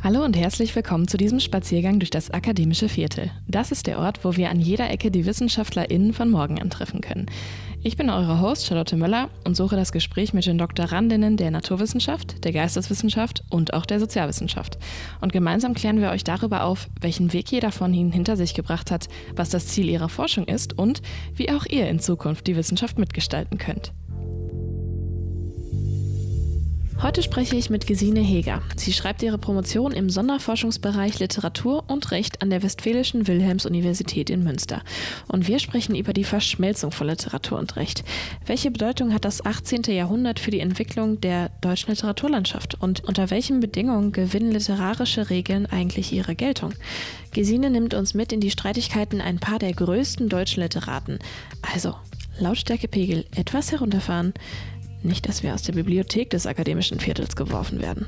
Hallo und herzlich willkommen zu diesem Spaziergang durch das akademische Viertel. Das ist der Ort, wo wir an jeder Ecke die WissenschaftlerInnen von morgen antreffen können. Ich bin eure Host Charlotte Möller und suche das Gespräch mit den Doktorandinnen der Naturwissenschaft, der Geisteswissenschaft und auch der Sozialwissenschaft. Und gemeinsam klären wir euch darüber auf, welchen Weg jeder von ihnen hinter sich gebracht hat, was das Ziel ihrer Forschung ist und wie auch ihr in Zukunft die Wissenschaft mitgestalten könnt. Heute spreche ich mit Gesine Heger. Sie schreibt ihre Promotion im Sonderforschungsbereich Literatur und Recht an der Westfälischen Wilhelms-Universität in Münster. Und wir sprechen über die Verschmelzung von Literatur und Recht. Welche Bedeutung hat das 18. Jahrhundert für die Entwicklung der deutschen Literaturlandschaft? Und unter welchen Bedingungen gewinnen literarische Regeln eigentlich ihre Geltung? Gesine nimmt uns mit in die Streitigkeiten ein paar der größten deutschen Literaten. Also, Lautstärkepegel etwas herunterfahren. Nicht, dass wir aus der Bibliothek des akademischen Viertels geworfen werden.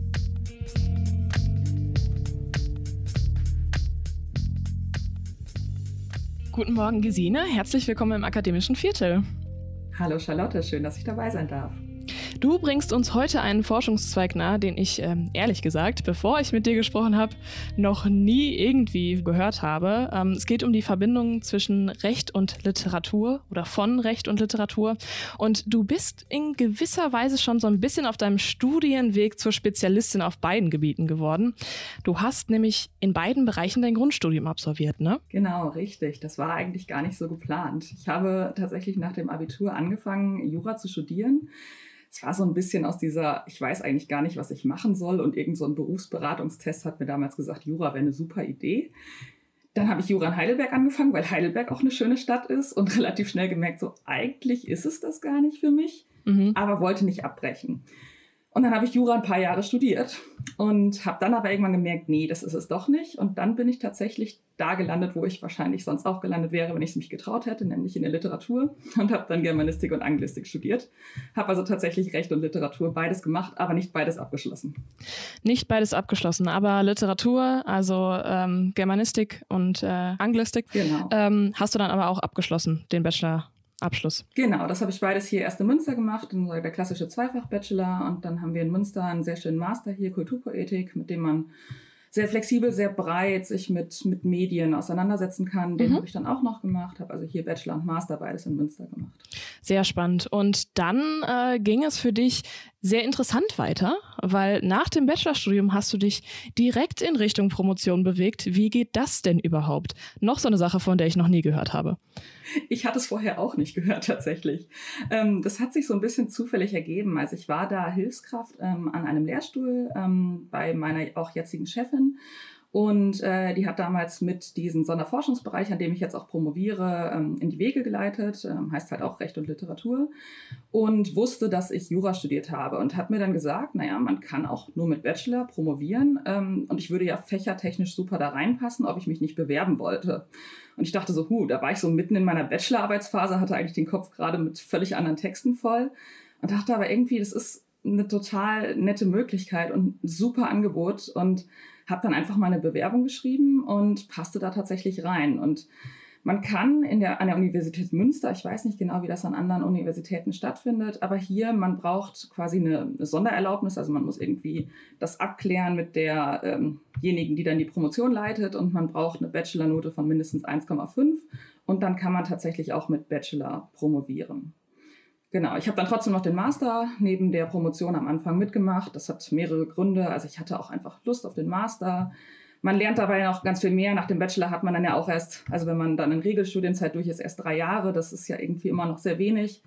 Guten Morgen, Gesine. Herzlich willkommen im akademischen Viertel. Hallo Charlotte, schön, dass ich dabei sein darf. Du bringst uns heute einen Forschungszweig nahe, den ich, ehrlich gesagt, bevor ich mit dir gesprochen habe, noch nie irgendwie gehört habe. Es geht um die Verbindung zwischen Recht und Literatur oder von Recht und Literatur. Und du bist in gewisser Weise schon so ein bisschen auf deinem Studienweg zur Spezialistin auf beiden Gebieten geworden. Du hast nämlich in beiden Bereichen dein Grundstudium absolviert, ne? Genau, richtig. Das war eigentlich gar nicht so geplant. Ich habe tatsächlich nach dem Abitur angefangen, Jura zu studieren. Es war so ein bisschen aus dieser, ich weiß eigentlich gar nicht, was ich machen soll. Und irgend so ein Berufsberatungstest hat mir damals gesagt, Jura wäre eine super Idee. Dann habe ich Jura in Heidelberg angefangen, weil Heidelberg auch eine schöne Stadt ist. Und relativ schnell gemerkt, so eigentlich ist es das gar nicht für mich. Aber wollte nicht abbrechen. Und dann habe ich Jura ein paar Jahre studiert und habe dann aber irgendwann gemerkt, nee, das ist es doch nicht. Und dann bin ich tatsächlich da gelandet, wo ich wahrscheinlich sonst auch gelandet wäre, wenn ich es mich getraut hätte, nämlich in der Literatur. Und habe dann Germanistik und Anglistik studiert. Habe also tatsächlich Recht und Literatur beides gemacht, aber nicht beides abgeschlossen. Nicht beides abgeschlossen, aber Literatur, also Germanistik und Anglistik, genau. Hast du dann aber auch abgeschlossen, den Bachelor? Abschluss. Genau, das habe ich beides hier erst in Münster gemacht, der klassische Zweifach-Bachelor. Und dann haben wir in Münster einen sehr schönen Master hier, Kulturpoetik, mit dem man sehr flexibel, sehr breit sich mit Medien auseinandersetzen kann. Den habe ich dann auch noch gemacht, habe also hier Bachelor und Master beides in Münster gemacht. Sehr spannend. Und dann ging es für dich sehr interessant weiter, weil nach dem Bachelorstudium hast du dich direkt in Richtung Promotion bewegt. Wie geht das denn überhaupt? Noch so eine Sache, von der ich noch nie gehört habe. Ich hatte es vorher auch nicht gehört, tatsächlich. Das hat sich so ein bisschen zufällig ergeben. Also ich war da Hilfskraft an einem Lehrstuhl bei meiner auch jetzigen Chefin. Und die hat damals mit diesem Sonderforschungsbereich, an dem ich jetzt auch promoviere, in die Wege geleitet. Heißt halt auch Recht und Literatur. Und wusste, dass ich Jura studiert habe. Und hat mir dann gesagt, naja, man kann auch nur mit Bachelor promovieren. Und ich würde ja fächertechnisch super da reinpassen, ob ich mich nicht bewerben wollte. Und ich dachte so, da war ich so mitten in meiner Bachelorarbeitsphase, hatte eigentlich den Kopf gerade mit völlig anderen Texten voll. Und dachte aber irgendwie, das ist eine total nette Möglichkeit und ein super Angebot. Und habe dann einfach mal eine Bewerbung geschrieben und passte da tatsächlich rein. Und man kann an der Universität Münster, ich weiß nicht genau, wie das an anderen Universitäten stattfindet, aber hier, man braucht quasi eine Sondererlaubnis, also man muss irgendwie das abklären mit derjenigen, die dann die Promotion leitet, und man braucht eine Bachelornote von mindestens 1,5 und dann kann man tatsächlich auch mit Bachelor promovieren. Genau, ich habe dann trotzdem noch den Master neben der Promotion am Anfang mitgemacht. Das hat mehrere Gründe. Also ich hatte auch einfach Lust auf den Master. Man lernt dabei noch ganz viel mehr. Nach dem Bachelor hat man dann ja auch erst, also wenn man dann in Regelstudienzeit durch ist, erst 3 Jahre. Das ist ja irgendwie immer noch sehr wenig.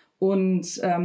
Und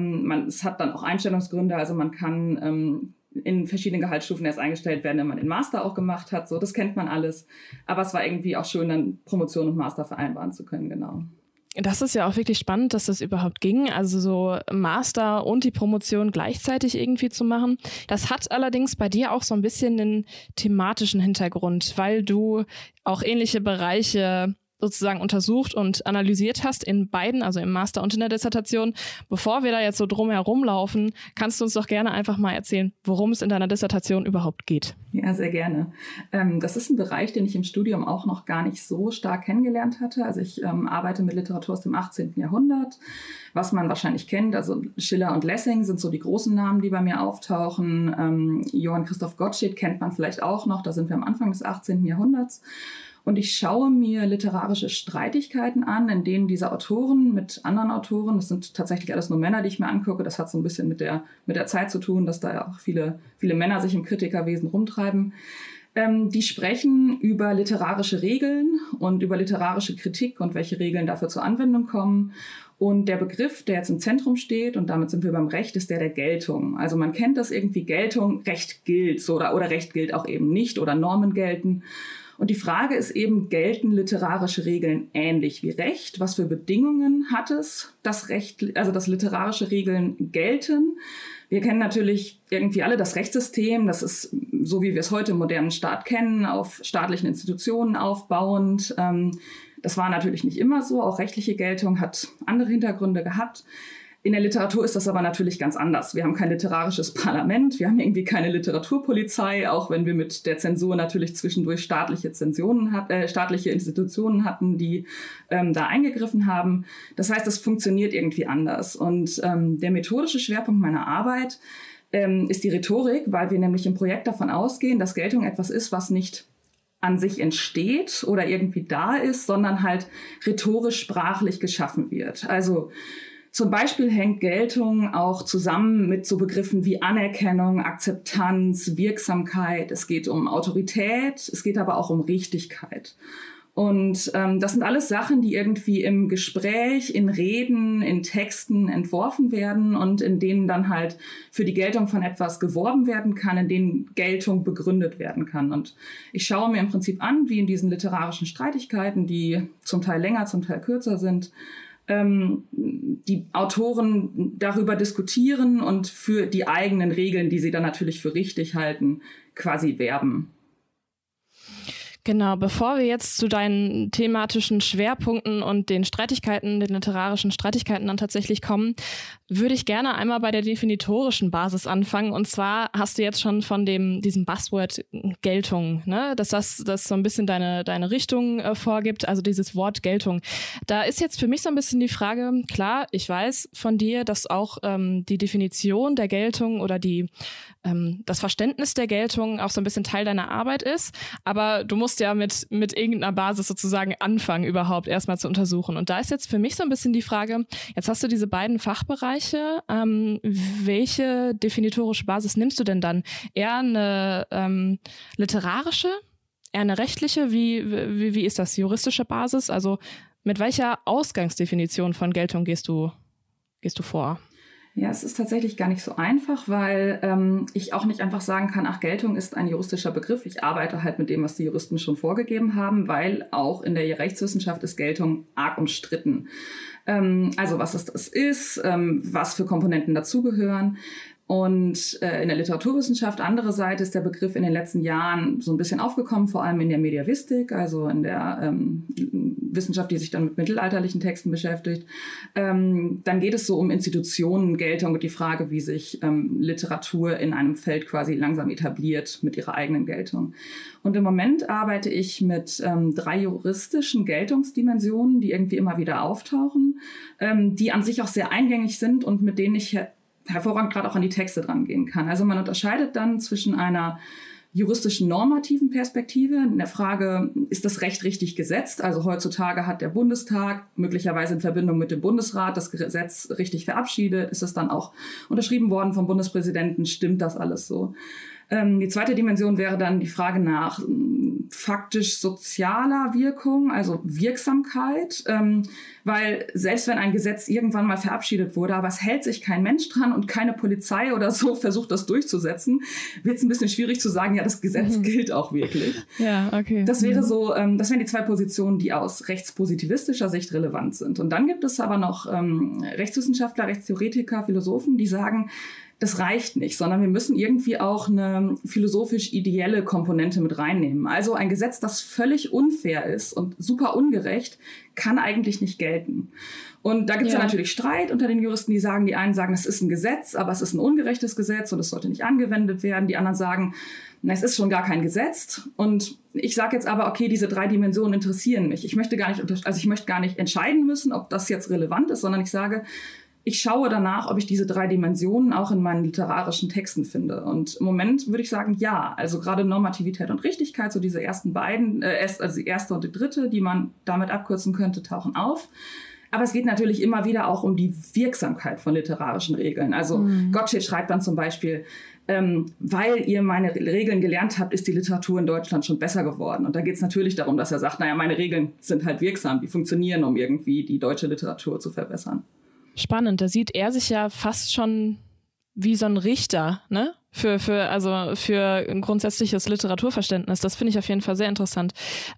es hat dann auch Einstellungsgründe. Also man kann in verschiedenen Gehaltsstufen erst eingestellt werden, wenn man den Master auch gemacht hat. So, das kennt man alles. Aber es war irgendwie auch schön, dann Promotion und Master vereinbaren zu können, genau. Das ist ja auch wirklich spannend, dass das überhaupt ging, also so Master und die Promotion gleichzeitig irgendwie zu machen. Das hat allerdings bei dir auch so ein bisschen einen thematischen Hintergrund, weil du auch ähnliche Bereiche sozusagen untersucht und analysiert hast in beiden, also im Master und in der Dissertation. Bevor wir da jetzt so drum herum laufen, kannst du uns doch gerne einfach mal erzählen, worum es in deiner Dissertation überhaupt geht. Ja, sehr gerne. Das ist ein Bereich, den ich im Studium auch noch gar nicht so stark kennengelernt hatte. Also ich arbeite mit Literatur aus dem 18. Jahrhundert, was man wahrscheinlich kennt. Also Schiller und Lessing sind so die großen Namen, die bei mir auftauchen. Johann Christoph Gottsched kennt man vielleicht auch noch. Da sind wir am Anfang des 18. Jahrhunderts. Und ich schaue mir literarische Streitigkeiten an, in denen diese Autoren mit anderen Autoren, das sind tatsächlich alles nur Männer, die ich mir angucke, das hat so ein bisschen mit der Zeit zu tun, dass da ja auch viele Männer sich im Kritikerwesen rumtreiben, die sprechen über literarische Regeln und über literarische Kritik und welche Regeln dafür zur Anwendung kommen. Und der Begriff, der jetzt im Zentrum steht, und damit sind wir beim Recht, ist der Geltung. Also man kennt das irgendwie, Geltung, Recht gilt so, oder Recht gilt auch eben nicht oder Normen gelten. Und die Frage ist eben, gelten literarische Regeln ähnlich wie Recht? Was für Bedingungen hat es, dass literarische Regeln gelten? Wir kennen natürlich irgendwie alle das Rechtssystem. Das ist, so wie wir es heute im modernen Staat kennen, auf staatlichen Institutionen aufbauend. Das war natürlich nicht immer so. Auch rechtliche Geltung hat andere Hintergründe gehabt. In der Literatur ist das aber natürlich ganz anders. Wir haben kein literarisches Parlament, wir haben irgendwie keine Literaturpolizei, auch wenn wir mit der Zensur natürlich zwischendurch staatliche Institutionen hatten, die da eingegriffen haben. Das heißt, es funktioniert irgendwie anders. Und der methodische Schwerpunkt meiner Arbeit ist die Rhetorik, weil wir nämlich im Projekt davon ausgehen, dass Geltung etwas ist, was nicht an sich entsteht oder irgendwie da ist, sondern halt rhetorisch sprachlich geschaffen wird. Also zum Beispiel hängt Geltung auch zusammen mit so Begriffen wie Anerkennung, Akzeptanz, Wirksamkeit. Es geht um Autorität, es geht aber auch um Richtigkeit. Und das sind alles Sachen, die irgendwie im Gespräch, in Reden, in Texten entworfen werden und in denen dann halt für die Geltung von etwas geworben werden kann, in denen Geltung begründet werden kann. Und ich schaue mir im Prinzip an, wie in diesen literarischen Streitigkeiten, die zum Teil länger, zum Teil kürzer sind, die Autoren darüber diskutieren und für die eigenen Regeln, die sie dann natürlich für richtig halten, quasi werben. Genau, bevor wir jetzt zu deinen thematischen Schwerpunkten und den Streitigkeiten, den literarischen Streitigkeiten dann tatsächlich kommen, würde ich gerne einmal bei der definitorischen Basis anfangen. Und zwar hast du jetzt schon von diesem Buzzword Geltung, ne? Dass das so ein bisschen deine Richtung vorgibt, also dieses Wort Geltung. Da ist jetzt für mich so ein bisschen die Frage, klar, ich weiß von dir, dass auch die Definition der Geltung oder das Verständnis der Geltung auch so ein bisschen Teil deiner Arbeit ist, aber du musst ja mit irgendeiner Basis sozusagen anfangen, überhaupt erstmal zu untersuchen. Und da ist jetzt für mich so ein bisschen die Frage, jetzt hast du diese beiden Fachbereiche, welche definitorische Basis nimmst du denn dann? Eher eine literarische, eher eine rechtliche? Wie ist das? Juristische Basis? Also mit welcher Ausgangsdefinition von Geltung gehst du vor? Ja, es ist tatsächlich gar nicht so einfach, weil ich auch nicht einfach sagen kann, ach, Geltung ist ein juristischer Begriff. Ich arbeite halt mit dem, was die Juristen schon vorgegeben haben, weil auch in der Rechtswissenschaft ist Geltung arg umstritten. Also was das ist, was für Komponenten dazugehören. Und in der Literaturwissenschaft, andere Seite, ist der Begriff in den letzten Jahren so ein bisschen aufgekommen, vor allem in der Mediavistik, also in der Wissenschaft, die sich dann mit mittelalterlichen Texten beschäftigt. Dann geht es so um Institutionengeltung und die Frage, wie sich Literatur in einem Feld quasi langsam etabliert mit ihrer eigenen Geltung. Und im Moment arbeite ich mit 3 juristischen Geltungsdimensionen, die irgendwie immer wieder auftauchen, die an sich auch sehr eingängig sind und mit denen ich hervorragend gerade auch an die Texte dran gehen kann. Also man unterscheidet dann zwischen einer juristischen normativen Perspektive in der Frage, ist das Recht richtig gesetzt? Also heutzutage hat der Bundestag möglicherweise in Verbindung mit dem Bundesrat das Gesetz richtig verabschiedet. Ist es dann auch unterschrieben worden vom Bundespräsidenten? Stimmt das alles so? Die zweite Dimension wäre dann die Frage nach faktisch sozialer Wirkung, also Wirksamkeit, weil selbst wenn ein Gesetz irgendwann mal verabschiedet wurde, aber es hält sich kein Mensch dran und keine Polizei oder so versucht das durchzusetzen, wird es ein bisschen schwierig zu sagen, ja, das Gesetz gilt auch wirklich. Ja, okay. Das wäre so, das wären die 2 Positionen, die aus rechtspositivistischer Sicht relevant sind. Und dann gibt es aber noch Rechtswissenschaftler, Rechtstheoretiker, Philosophen, die sagen, das reicht nicht, sondern wir müssen irgendwie auch eine philosophisch-ideelle Komponente mit reinnehmen. Also ein Gesetz, das völlig unfair ist und super ungerecht, kann eigentlich nicht gelten. Und da gibt es ja natürlich Streit unter den Juristen, die einen sagen, es ist ein Gesetz, aber es ist ein ungerechtes Gesetz und es sollte nicht angewendet werden. Die anderen sagen, na, es ist schon gar kein Gesetz. Und ich sage jetzt aber, okay, diese 3 Dimensionen interessieren mich. Ich möchte gar nicht entscheiden müssen, ob das jetzt relevant ist, sondern ich sage, ich schaue danach, ob ich diese 3 Dimensionen auch in meinen literarischen Texten finde. Und im Moment würde ich sagen, ja. Also gerade Normativität und Richtigkeit, so diese ersten beiden, also die erste und die dritte, die man damit abkürzen könnte, tauchen auf. Aber es geht natürlich immer wieder auch um die Wirksamkeit von literarischen Regeln. Also Gottsched schreibt dann zum Beispiel, weil ihr meine Regeln gelernt habt, ist die Literatur in Deutschland schon besser geworden. Und da geht es natürlich darum, dass er sagt, naja, meine Regeln sind halt wirksam, die funktionieren, um irgendwie die deutsche Literatur zu verbessern. Spannend, da sieht er sich ja fast schon wie so ein Richter, ne? Für ein grundsätzliches Literaturverständnis. Das finde ich auf jeden Fall sehr interessant.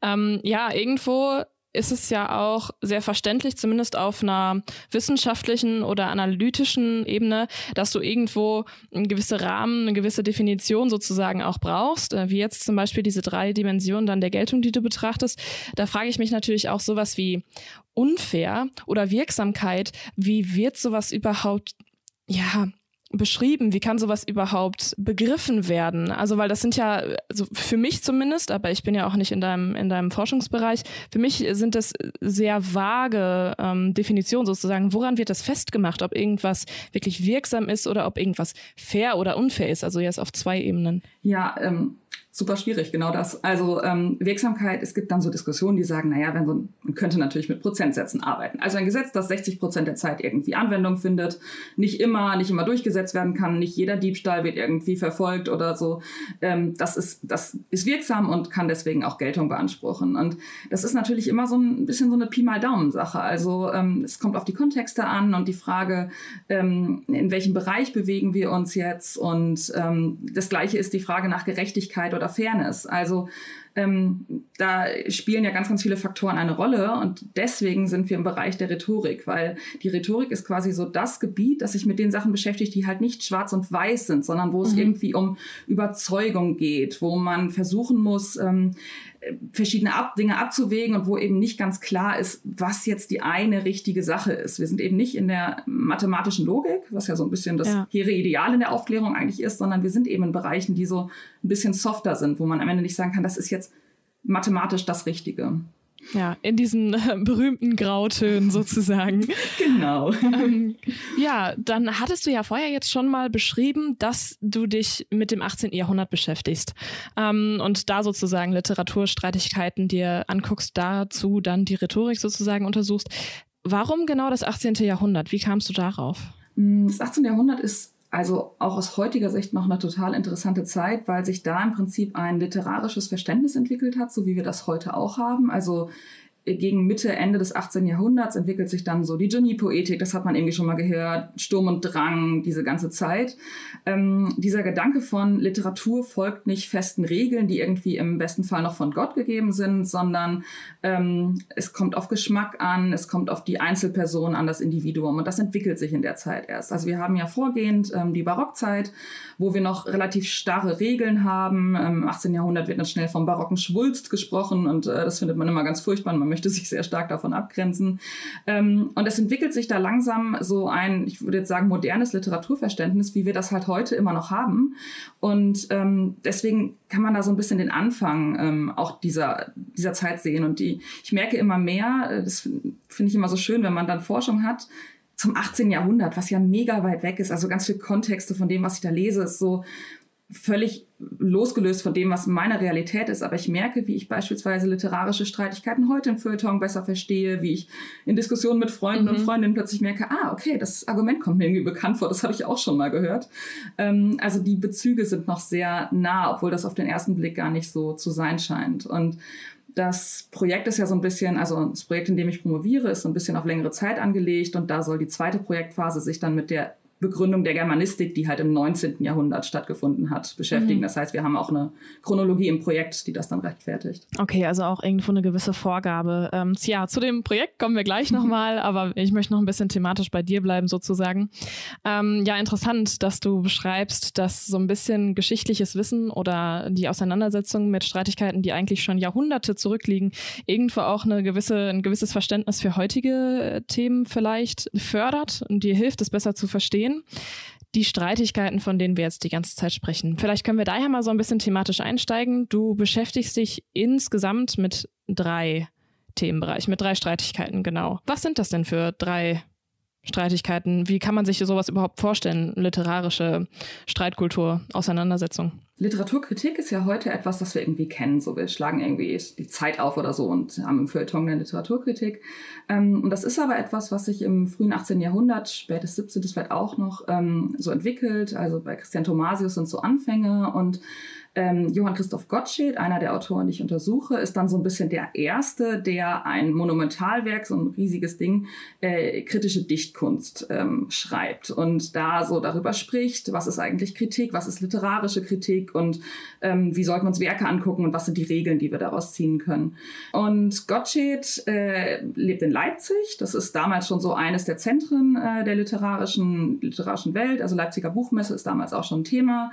Irgendwo ist es ja auch sehr verständlich, zumindest auf einer wissenschaftlichen oder analytischen Ebene, dass du irgendwo einen gewissen Rahmen, eine gewisse Definition sozusagen auch brauchst, wie jetzt zum Beispiel diese 3 Dimensionen dann der Geltung, die du betrachtest. Da frage ich mich natürlich auch sowas wie unfair oder Wirksamkeit. Wie wird sowas überhaupt, beschrieben? Wie kann sowas überhaupt begriffen werden? Also, weil das sind ja, also für mich zumindest, aber ich bin ja auch nicht in deinem Forschungsbereich, für mich sind das sehr vage Definitionen sozusagen. Woran wird das festgemacht, ob irgendwas wirklich wirksam ist oder ob irgendwas fair oder unfair ist? Also jetzt auf 2 Ebenen. Ja, super schwierig, genau das. Also Wirksamkeit, es gibt dann so Diskussionen, die sagen, naja, man könnte natürlich mit Prozentsätzen arbeiten. Also ein Gesetz, das 60% der Zeit irgendwie Anwendung findet, nicht immer durchgesetzt werden kann, nicht jeder Diebstahl wird irgendwie verfolgt oder so. Das ist wirksam und kann deswegen auch Geltung beanspruchen. Und das ist natürlich immer so ein bisschen so eine Pi-mal-Daumen-Sache. Also es kommt auf die Kontexte an und die Frage, in welchem Bereich bewegen wir uns jetzt. Und das Gleiche ist die Frage nach Gerechtigkeit oder Fairness. Also da spielen ja ganz, ganz viele Faktoren eine Rolle und deswegen sind wir im Bereich der Rhetorik, weil die Rhetorik ist quasi so das Gebiet, das sich mit den Sachen beschäftigt, die halt nicht schwarz und weiß sind, sondern wo es irgendwie um Überzeugung geht, wo man versuchen muss, verschiedene Dinge abzuwägen und wo eben nicht ganz klar ist, was jetzt die eine richtige Sache ist. Wir sind eben nicht in der mathematischen Logik, was ja so ein bisschen das hehre Ideal in der Aufklärung eigentlich ist, sondern wir sind eben in Bereichen, die so ein bisschen softer sind, wo man am Ende nicht sagen kann, das ist jetzt mathematisch das Richtige. Ja, in diesen berühmten Grautönen sozusagen. Genau. Dann hattest du ja vorher jetzt schon mal beschrieben, dass du dich mit dem 18. Jahrhundert beschäftigst und da sozusagen Literaturstreitigkeiten dir anguckst, dazu dann die Rhetorik sozusagen untersuchst. Warum genau das 18. Jahrhundert? Wie kamst du darauf? Das 18. Jahrhundert ist also auch aus heutiger Sicht noch eine total interessante Zeit, weil sich da im Prinzip ein literarisches Verständnis entwickelt hat, so wie wir das heute auch haben. Also gegen Mitte, Ende des 18. Jahrhunderts entwickelt sich dann so die Genie-Poetik, das hat man irgendwie schon mal gehört, Sturm und Drang, diese ganze Zeit. Dieser Gedanke von Literatur folgt nicht festen Regeln, die irgendwie im besten Fall noch von Gott gegeben sind, sondern es kommt auf Geschmack an, es kommt auf die Einzelperson an, das Individuum und das entwickelt sich in der Zeit erst. Also wir haben ja vorgehend die Barockzeit, wo wir noch relativ starre Regeln haben. Im 18. Jahrhundert wird dann schnell vom barocken Schwulst gesprochen und das findet man immer ganz furchtbar. Man möchte sich sehr stark davon abgrenzen. Und es entwickelt sich da langsam so ein, ich würde jetzt sagen, modernes Literaturverständnis, wie wir das halt heute immer noch haben. Und deswegen kann man da so ein bisschen den Anfang auch dieser Zeit sehen. Und ich merke immer mehr, das finde ich immer so schön, wenn man dann Forschung hat, zum 18. Jahrhundert, was ja mega weit weg ist. Also ganz viele Kontexte von dem, was ich da lese, ist so völlig losgelöst von dem, was meine Realität ist. Aber ich merke, wie ich beispielsweise literarische Streitigkeiten heute im Feuilleton besser verstehe, wie ich in Diskussionen mit Freunden und Freundinnen plötzlich merke, okay, das Argument kommt mir irgendwie bekannt vor, das habe ich auch schon mal gehört. Also die Bezüge sind noch sehr nah, obwohl das auf den ersten Blick gar nicht so zu sein scheint. Und das Projekt ist ja so ein bisschen, also das Projekt, in dem ich promoviere, ist so ein bisschen auf längere Zeit angelegt und da soll die zweite Projektphase sich dann mit der Begründung der Germanistik, die halt im 19. Jahrhundert stattgefunden hat, beschäftigen. Das heißt, wir haben auch eine Chronologie im Projekt, die das dann rechtfertigt. Okay, also auch irgendwo eine gewisse Vorgabe. Zu dem Projekt kommen wir gleich nochmal, aber ich möchte noch ein bisschen thematisch bei dir bleiben sozusagen. Interessant, dass du beschreibst, dass so ein bisschen geschichtliches Wissen oder die Auseinandersetzung mit Streitigkeiten, die eigentlich schon Jahrhunderte zurückliegen, irgendwo auch ein gewisses Verständnis für heutige Themen vielleicht fördert und dir hilft, es besser zu verstehen. Die Streitigkeiten, von denen wir jetzt die ganze Zeit sprechen. Vielleicht können wir daher mal so ein bisschen thematisch einsteigen. Du beschäftigst dich insgesamt mit 3 Themenbereichen, mit 3 Streitigkeiten, genau. Was sind das denn für 3 Streitigkeiten? Wie kann man sich sowas überhaupt vorstellen? Literarische Streitkultur, Auseinandersetzung? Literaturkritik ist ja heute etwas, das wir irgendwie kennen. So, wir schlagen irgendwie die Zeit auf oder so und haben im Feuilleton eine Literaturkritik. Und das ist aber etwas, was sich im frühen 18. Jahrhundert, spätes 17. vielleicht auch noch so entwickelt. Also bei Christian Thomasius sind so Anfänge und Johann Christoph Gottsched, einer der Autoren, die ich untersuche, ist dann so ein bisschen der Erste, der ein Monumentalwerk, so ein riesiges Ding, kritische Dichtkunst schreibt und da so darüber spricht, was ist eigentlich Kritik, was ist literarische Kritik und wie sollten wir uns Werke angucken und was sind die Regeln, die wir daraus ziehen können. Und Gottsched lebt in Leipzig, das ist damals schon so eines der Zentren der literarischen Welt, also Leipziger Buchmesse ist damals auch schon ein Thema.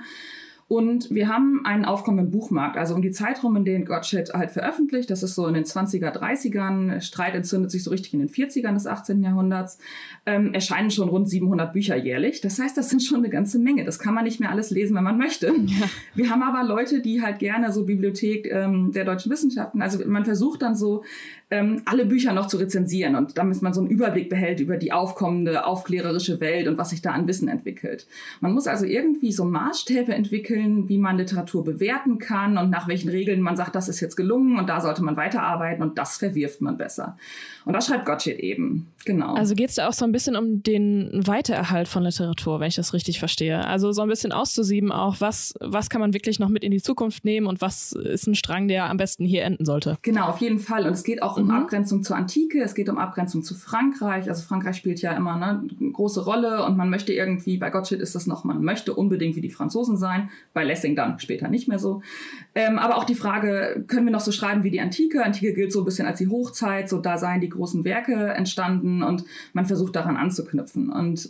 Und wir haben einen aufkommenden Buchmarkt, also um die Zeit rum, in denen Gottsched halt veröffentlicht, das ist so in den 20er, 30ern, Streit entzündet sich so richtig in den 40ern des 18. Jahrhunderts, erscheinen schon rund 700 Bücher jährlich. Das heißt, das sind schon eine ganze Menge. Das kann man nicht mehr alles lesen, wenn man möchte. Ja. Wir haben aber Leute, die halt gerne so Bibliothek der deutschen Wissenschaften, also man versucht dann so, alle Bücher noch zu rezensieren und damit man so einen Überblick behält über die aufkommende, aufklärerische Welt und was sich da an Wissen entwickelt. Man muss also irgendwie so Maßstäbe entwickeln, wie man Literatur bewerten kann und nach welchen Regeln man sagt, das ist jetzt gelungen und da sollte man weiterarbeiten und das verwirft man besser. Und das schreibt Gottsched eben, genau. Also geht es da auch so ein bisschen um den Weitererhalt von Literatur, wenn ich das richtig verstehe. Also so ein bisschen auszusieben auch, was kann man wirklich noch mit in die Zukunft nehmen und was ist ein Strang, der am besten hier enden sollte. Genau, auf jeden Fall. Und es geht auch um Abgrenzung zur Antike, es geht um Abgrenzung zu Frankreich. Also Frankreich spielt ja immer eine große Rolle und man möchte irgendwie, bei Gottsched ist das noch, man möchte unbedingt wie die Franzosen sein, bei Lessing dann später nicht mehr so. Aber auch die Frage, können wir noch so schreiben wie die Antike? Antike gilt so ein bisschen als die Hochzeit, so da seien die großen Werke entstanden und man versucht daran anzuknüpfen. Und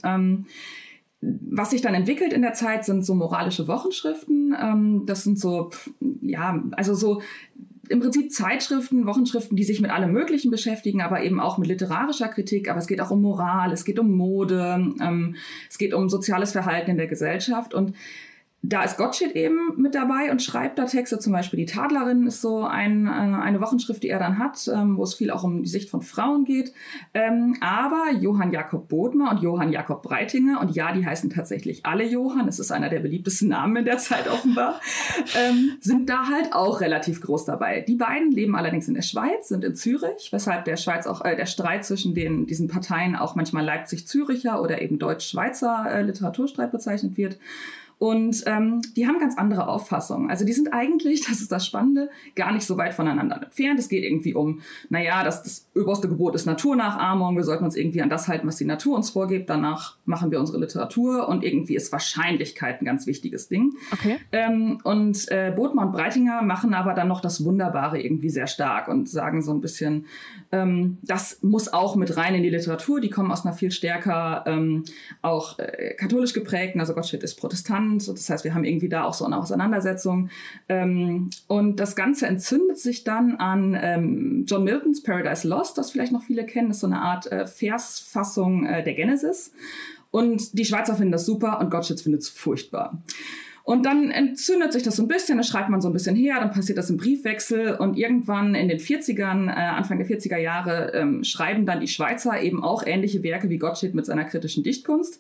was sich dann entwickelt in der Zeit, sind so moralische Wochenschriften. Das sind so, also so im Prinzip Zeitschriften, Wochenschriften, die sich mit allem Möglichen beschäftigen, aber eben auch mit literarischer Kritik. Aber es geht auch um Moral, es geht um Mode, es geht um soziales Verhalten in der Gesellschaft. Und da ist Gottsched eben mit dabei und schreibt da Texte, zum Beispiel die Tadlerin ist so eine Wochenschrift, die er dann hat, wo es viel auch um die Sicht von Frauen geht. Aber Johann Jakob Bodmer und Johann Jakob Breitinger, und ja, die heißen tatsächlich alle Johann, es ist einer der beliebtesten Namen in der Zeit offenbar, sind da halt auch relativ groß dabei. Die beiden leben allerdings in der Schweiz, sind in Zürich, weshalb der Streit zwischen diesen Parteien auch manchmal Leipzig-Züricher oder eben Deutsch-Schweizer Literaturstreit bezeichnet wird. Und die haben ganz andere Auffassungen. Also die sind eigentlich, das ist das Spannende, gar nicht so weit voneinander entfernt. Es geht irgendwie um, das oberste Gebot ist Naturnachahmung. Wir sollten uns irgendwie an das halten, was die Natur uns vorgibt. Danach machen wir unsere Literatur. Und irgendwie ist Wahrscheinlichkeit ein ganz wichtiges Ding. Okay. Bodmer und Breitinger machen aber dann noch das Wunderbare irgendwie sehr stark und sagen so ein bisschen, das muss auch mit rein in die Literatur. Die kommen aus einer viel stärker auch katholisch geprägten, also Gottsched ist Protestant. Das heißt, wir haben irgendwie da auch so eine Auseinandersetzung. Und das Ganze entzündet sich dann an John Miltons Paradise Lost, das vielleicht noch viele kennen. Das ist so eine Art Versfassung der Genesis. Und die Schweizer finden das super und Gottsched findet es furchtbar. Und dann entzündet sich das so ein bisschen, dann schreibt man so ein bisschen her, dann passiert das im Briefwechsel und irgendwann in den 40ern, Anfang der 40er Jahre, schreiben dann die Schweizer eben auch ähnliche Werke wie Gottsched mit seiner kritischen Dichtkunst.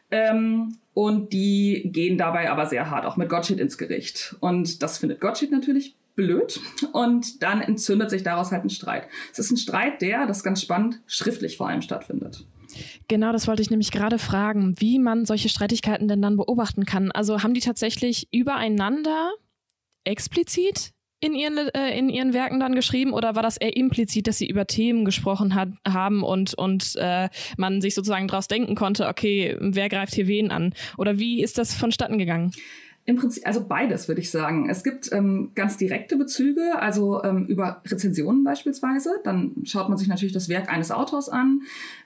Und die gehen dabei aber sehr hart auch mit Gottsched ins Gericht. Und das findet Gottsched natürlich blöd. Und dann entzündet sich daraus halt ein Streit. Es ist ein Streit, der, das ist ganz spannend, schriftlich vor allem stattfindet. Genau, das wollte ich nämlich gerade fragen, wie man solche Streitigkeiten denn dann beobachten kann. Also haben die tatsächlich übereinander explizit in ihren Werken dann geschrieben oder war das eher implizit, dass sie über Themen gesprochen haben und man sich sozusagen daraus denken konnte, okay, wer greift hier wen an? Oder wie ist das vonstatten gegangen? Im Prinzip, also beides würde ich sagen. Es gibt ganz direkte Bezüge, also über Rezensionen beispielsweise. Dann schaut man sich natürlich das Werk eines Autors an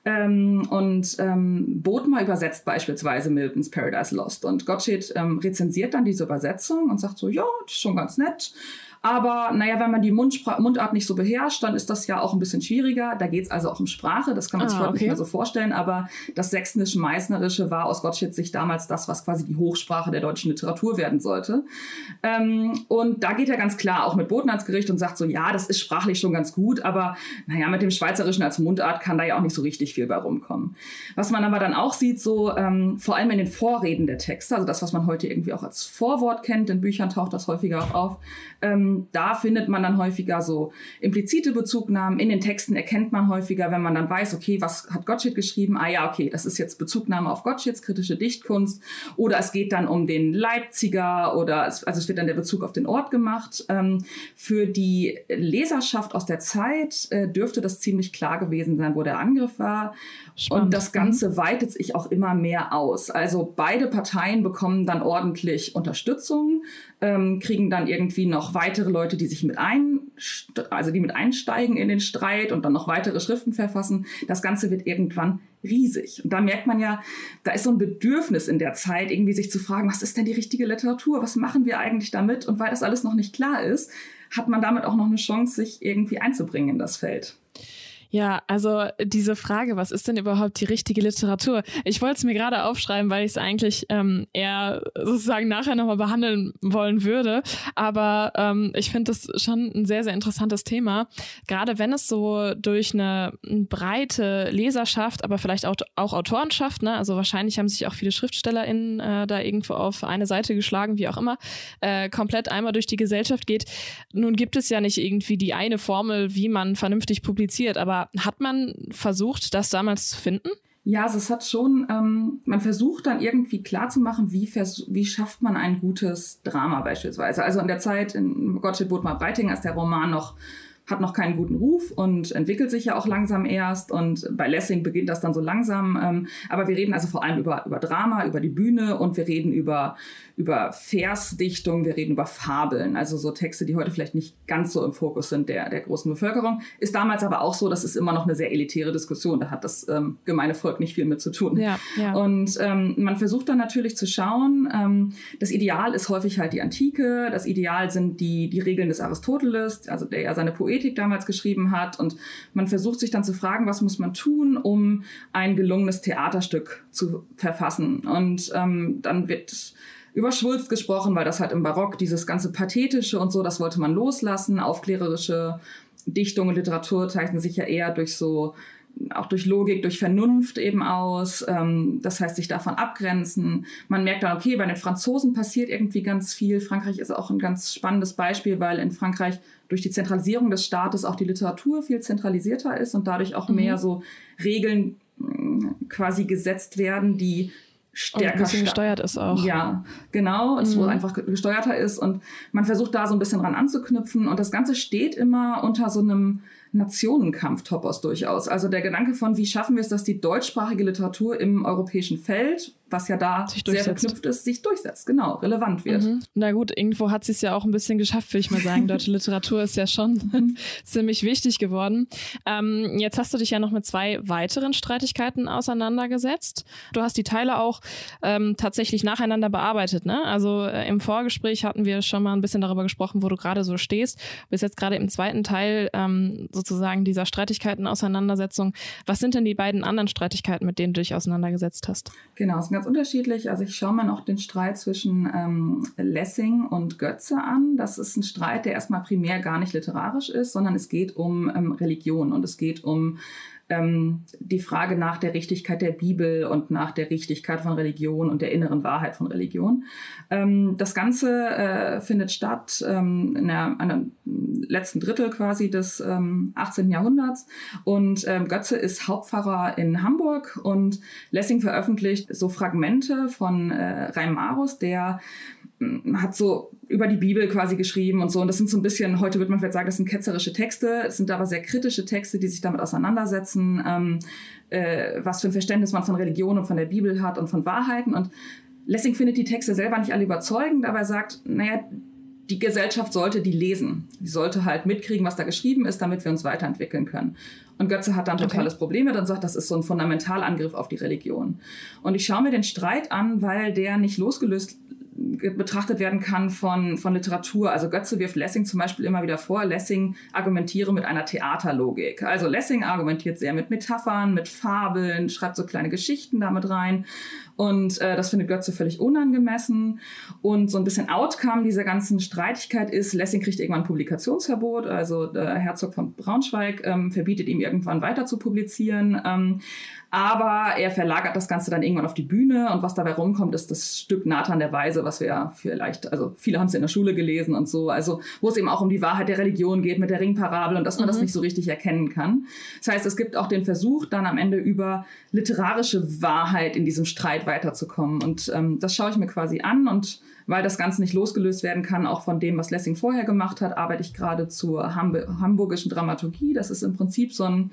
und Bodmer übersetzt beispielsweise Miltons Paradise Lost. Und Gottsched rezensiert dann diese Übersetzung und sagt so, ja, das ist schon ganz nett. Aber naja, wenn man die Mundart nicht so beherrscht, dann ist das ja auch ein bisschen schwieriger. Da geht es also auch um Sprache, das kann man sich heute nicht mehr so vorstellen. Aber das Sächsinisch-Meißnerische war aus Gottscheds Sicht damals das, was quasi die Hochsprache der deutschen Literatur werden sollte. Und da geht er ganz klar auch mit Bodmer ans Gericht und sagt so, ja, das ist sprachlich schon ganz gut, aber naja, mit dem Schweizerischen als Mundart kann da ja auch nicht so richtig viel bei rumkommen. Was man aber dann auch sieht, so vor allem in den Vorreden der Texte, also das, was man heute irgendwie auch als Vorwort kennt, in Büchern taucht das häufiger auch auf, da findet man dann häufiger so implizite Bezugnahmen. In den Texten erkennt man häufiger, wenn man dann weiß, okay, was hat Gottsched geschrieben? Ah ja, okay, das ist jetzt Bezugnahme auf Gottscheds kritische Dichtkunst. Oder es geht dann um den Leipziger oder es wird dann der Bezug auf den Ort gemacht. Für die Leserschaft aus der Zeit dürfte das ziemlich klar gewesen sein, wo der Angriff war. Spannend. Und das Ganze weitet sich auch immer mehr aus. Also beide Parteien bekommen dann ordentlich Unterstützung, kriegen dann irgendwie noch weitere Leute, die sich mit einsteigen in den Streit und dann noch weitere Schriften verfassen. Das Ganze wird irgendwann riesig. Und da merkt man ja, da ist so ein Bedürfnis in der Zeit, irgendwie sich zu fragen, was ist denn die richtige Literatur? Was machen wir eigentlich damit? Und weil das alles noch nicht klar ist, hat man damit auch noch eine Chance, sich irgendwie einzubringen in das Feld. Ja, also diese Frage, was ist denn überhaupt die richtige Literatur? Ich wollte es mir gerade aufschreiben, weil ich es eigentlich eher sozusagen nachher nochmal behandeln wollen würde. Aber ich finde das schon ein sehr, sehr interessantes Thema. Gerade wenn es so durch eine breite Leserschaft, aber vielleicht auch Autorenschaft, ne? Also wahrscheinlich haben sich auch viele SchriftstellerInnen da irgendwo auf eine Seite geschlagen, wie auch immer, komplett einmal durch die Gesellschaft geht. Nun gibt es ja nicht irgendwie die eine Formel, wie man vernünftig publiziert, aber hat man versucht, das damals zu finden? Ja, also es hat schon, man versucht dann irgendwie klarzumachen, wie schafft man ein gutes Drama beispielsweise. Also in der Zeit in Gottsched Bodmer Breiting, als der Roman hat noch keinen guten Ruf und entwickelt sich ja auch langsam erst. Und bei Lessing beginnt das dann so langsam. Aber wir reden also vor allem über Drama, über die Bühne und wir reden über Versdichtung, wir reden über Fabeln. Also so Texte, die heute vielleicht nicht ganz so im Fokus sind der großen Bevölkerung. Ist damals aber auch so, das ist immer noch eine sehr elitäre Diskussion. Da hat das gemeine Volk nicht viel mit zu tun. Ja. Und man versucht dann natürlich zu schauen, das Ideal ist häufig halt die Antike. Das Ideal sind die Regeln des Aristoteles, also der ja seine Poetik damals geschrieben hat. Und man versucht sich dann zu fragen, was muss man tun, um ein gelungenes Theaterstück zu verfassen. Und dann wird über Schwulst gesprochen, weil das halt im Barock dieses ganze Pathetische und so, das wollte man loslassen. Aufklärerische Dichtung und Literatur zeichnen sich ja eher auch durch Logik, durch Vernunft eben aus. Das heißt, sich davon abgrenzen. Man merkt dann, okay, bei den Franzosen passiert irgendwie ganz viel. Frankreich ist auch ein ganz spannendes Beispiel, weil in Frankreich durch die Zentralisierung des Staates auch die Literatur viel zentralisierter ist und dadurch auch mehr so Regeln quasi gesetzt werden, die stärker ein bisschen gesteuert ist auch. Ja, genau. Es wo einfach gesteuerter ist und man versucht da so ein bisschen dran anzuknüpfen und das Ganze steht immer unter so einem Nationenkampf-Topos durchaus. Also der Gedanke von, wie schaffen wir es, dass die deutschsprachige Literatur im europäischen Feld, was ja da sehr verknüpft ist, sich durchsetzt, genau, relevant wird. Na gut, irgendwo hat sie es ja auch ein bisschen geschafft, will ich mal sagen. Deutsche Literatur ist ja schon ziemlich wichtig geworden. Jetzt hast du dich ja noch mit 2 weiteren Streitigkeiten auseinandergesetzt. Du hast die Teile auch tatsächlich nacheinander bearbeitet, ne? Also im Vorgespräch hatten wir schon mal ein bisschen darüber gesprochen, wo du gerade so stehst. Du bist jetzt gerade im zweiten Teil sozusagen dieser Streitigkeiten-Auseinandersetzung. Was sind denn die beiden anderen Streitigkeiten, mit denen du dich auseinandergesetzt hast? Genau, es sind ganz unterschiedlich. Also ich schaue mir noch den Streit zwischen Lessing und Goetze an. Das ist ein Streit, der erstmal primär gar nicht literarisch ist, sondern es geht um Religion und es geht um die Frage nach der Richtigkeit der Bibel und nach der Richtigkeit von Religion und der inneren Wahrheit von Religion. Das Ganze findet statt in einem letzten Drittel quasi des 18. Jahrhunderts und Goetze ist Hauptpfarrer in Hamburg und Lessing veröffentlicht so Fragmente von Reimarus, der hat so über die Bibel quasi geschrieben und so. Und das sind so ein bisschen, heute würde man vielleicht sagen, das sind ketzerische Texte. Es sind aber sehr kritische Texte, die sich damit auseinandersetzen, was für ein Verständnis man von Religion und von der Bibel hat und von Wahrheiten. Und Lessing findet die Texte selber nicht alle überzeugend, aber er sagt, naja, die Gesellschaft sollte die lesen. Die sollte halt mitkriegen, was da geschrieben ist, damit wir uns weiterentwickeln können. Und Götze hat dann totales Problem mit und sagt, das ist so ein Fundamentalangriff auf die Religion. Und ich schaue mir den Streit an, weil der nicht losgelöst betrachtet werden kann von Literatur. Also Götze wirft Lessing zum Beispiel immer wieder vor, Lessing argumentiere mit einer Theaterlogik. Also Lessing argumentiert sehr mit Metaphern, mit Fabeln, schreibt so kleine Geschichten damit rein. Und das findet Götze völlig unangemessen. Und so ein bisschen Outcome dieser ganzen Streitigkeit ist, Lessing kriegt irgendwann ein Publikationsverbot. Also der Herzog von Braunschweig verbietet ihm irgendwann weiter zu publizieren. Aber er verlagert das Ganze dann irgendwann auf die Bühne. Und was dabei rumkommt, ist das Stück Nathan der Weise, was wir ja vielleicht, also viele haben es in der Schule gelesen und so. Also wo es eben auch um die Wahrheit der Religion geht mit der Ringparabel und dass man das nicht so richtig erkennen kann. Das heißt, es gibt auch den Versuch, dann am Ende über literarische Wahrheit in diesem Streit weiterzukommen. Und das schaue ich mir quasi an. Und weil das Ganze nicht losgelöst werden kann, auch von dem, was Lessing vorher gemacht hat, arbeite ich gerade zur hamburgischen Dramaturgie. Das ist im Prinzip so ein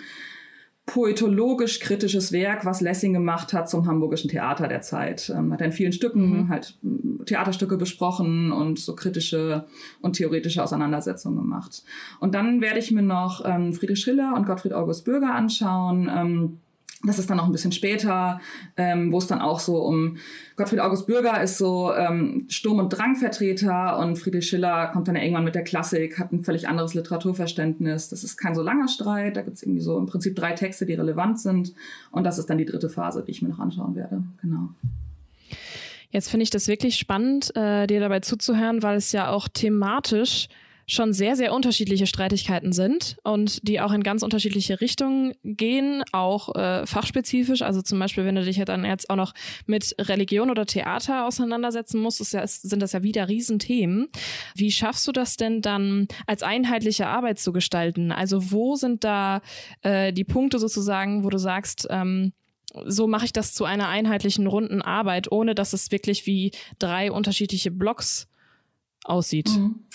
poetologisch-kritisches Werk, was Lessing gemacht hat zum hamburgischen Theater der Zeit. Hat er in vielen Stücken halt Theaterstücke besprochen und so kritische und theoretische Auseinandersetzungen gemacht. Und dann werde ich mir noch Friedrich Schiller und Gottfried August Bürger anschauen. Das ist dann noch ein bisschen später, wo es dann auch so um Gottfried August Bürger ist so Sturm- und Drangvertreter und Friedrich Schiller kommt dann irgendwann mit der Klassik, hat ein völlig anderes Literaturverständnis. Das ist kein so langer Streit, da gibt es irgendwie so im Prinzip 3 Texte, die relevant sind und das ist dann die 3. Phase, die ich mir noch anschauen werde. Genau. Jetzt finde ich das wirklich spannend, dir dabei zuzuhören, weil es ja auch thematisch schon sehr, sehr unterschiedliche Streitigkeiten sind und die auch in ganz unterschiedliche Richtungen gehen, auch fachspezifisch. Also zum Beispiel, wenn du dich ja dann jetzt auch noch mit Religion oder Theater auseinandersetzen musst, sind das ja wieder Riesenthemen. Wie schaffst du das denn dann als einheitliche Arbeit zu gestalten? Also wo sind da die Punkte sozusagen, wo du sagst, so mache ich das zu einer einheitlichen runden Arbeit, ohne dass es wirklich wie 3 unterschiedliche Blocks aussieht?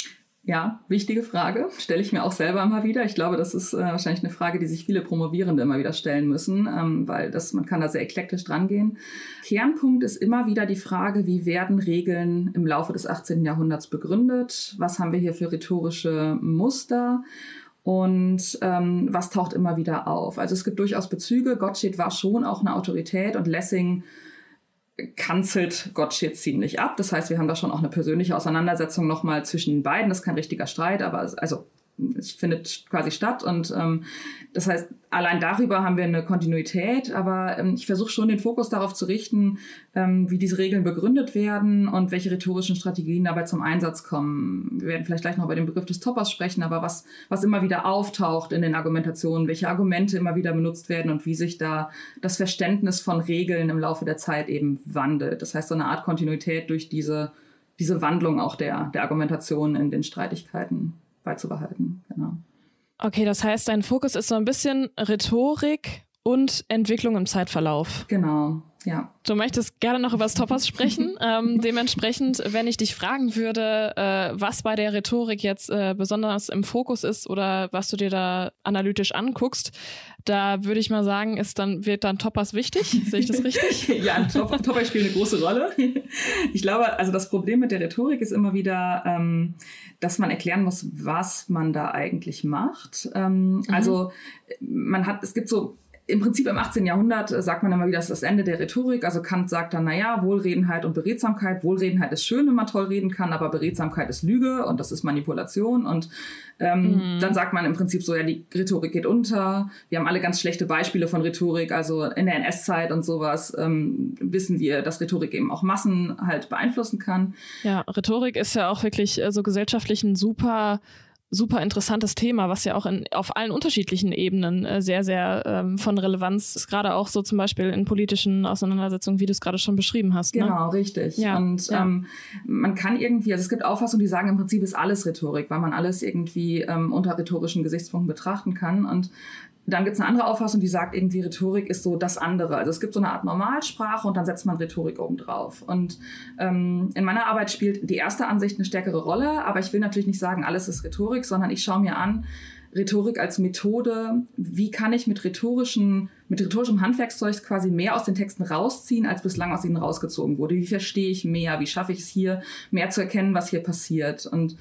Ja, wichtige Frage. Stelle ich mir auch selber immer wieder. Ich glaube, das ist wahrscheinlich eine Frage, die sich viele Promovierende immer wieder stellen müssen, weil man kann da sehr eklektisch dran gehen. Kernpunkt ist immer wieder die Frage, wie werden Regeln im Laufe des 18. Jahrhunderts begründet? Was haben wir hier für rhetorische Muster? Und was taucht immer wieder auf? Also es gibt durchaus Bezüge. Gottsched war schon auch eine Autorität und Lessing kanzelt Gottsched ziemlich ab. Das heißt, wir haben da schon auch eine persönliche Auseinandersetzung nochmal zwischen den beiden. Das ist kein richtiger Streit, aber es findet quasi statt. Und das heißt, allein darüber haben wir eine Kontinuität. Aber ich versuche schon, den Fokus darauf zu richten, wie diese Regeln begründet werden und welche rhetorischen Strategien dabei zum Einsatz kommen. Wir werden vielleicht gleich noch über den Begriff des Topos sprechen, aber was immer wieder auftaucht in den Argumentationen, welche Argumente immer wieder benutzt werden und wie sich da das Verständnis von Regeln im Laufe der Zeit eben wandelt. Das heißt, so eine Art Kontinuität durch diese Wandlung auch der Argumentation in den Streitigkeiten beizubehalten. Genau. Okay, das heißt, dein Fokus ist so ein bisschen Rhetorik und Entwicklung im Zeitverlauf. Genau, ja. Du möchtest gerne noch über das Topos sprechen. Dementsprechend, wenn ich dich fragen würde, was bei der Rhetorik jetzt besonders im Fokus ist oder was du dir da analytisch anguckst, da würde ich mal sagen, wird dann Topos wichtig. Sehe ich das richtig? Ja, Topos spielt eine große Rolle. Ich glaube, also das Problem mit der Rhetorik ist immer wieder, dass man erklären muss, was man da eigentlich macht. Also es gibt so im Prinzip im 18. Jahrhundert sagt man immer wieder, das ist das Ende der Rhetorik. Also Kant sagt dann, naja, Wohlredenheit und Beredsamkeit. Wohlredenheit ist schön, wenn man toll reden kann, aber Beredsamkeit ist Lüge und das ist Manipulation. Und dann sagt man im Prinzip so, ja, die Rhetorik geht unter. Wir haben alle ganz schlechte Beispiele von Rhetorik. Also in der NS-Zeit und sowas wissen wir, dass Rhetorik eben auch Massen halt beeinflussen kann. Ja, Rhetorik ist ja auch wirklich so gesellschaftlich ein super interessantes Thema, was ja auch auf allen unterschiedlichen Ebenen sehr, sehr von Relevanz ist, gerade auch so zum Beispiel in politischen Auseinandersetzungen, wie du es gerade schon beschrieben hast. Ne? Genau, richtig. Ja, und man kann irgendwie, also es gibt Auffassungen, die sagen, im Prinzip ist alles Rhetorik, weil man alles irgendwie unter rhetorischen Gesichtspunkten betrachten kann. Und dann gibt es eine andere Auffassung, die sagt, irgendwie Rhetorik ist so das andere. Also es gibt so eine Art Normalsprache und dann setzt man Rhetorik obendrauf. Und in meiner Arbeit spielt die erste Ansicht eine stärkere Rolle, aber ich will natürlich nicht sagen, alles ist Rhetorik, sondern ich schaue mir an, Rhetorik als Methode, wie kann ich mit rhetorischem Handwerkszeug quasi mehr aus den Texten rausziehen, als bislang aus ihnen rausgezogen wurde. Wie verstehe ich mehr? Wie schaffe ich es hier, mehr zu erkennen, was hier passiert? Und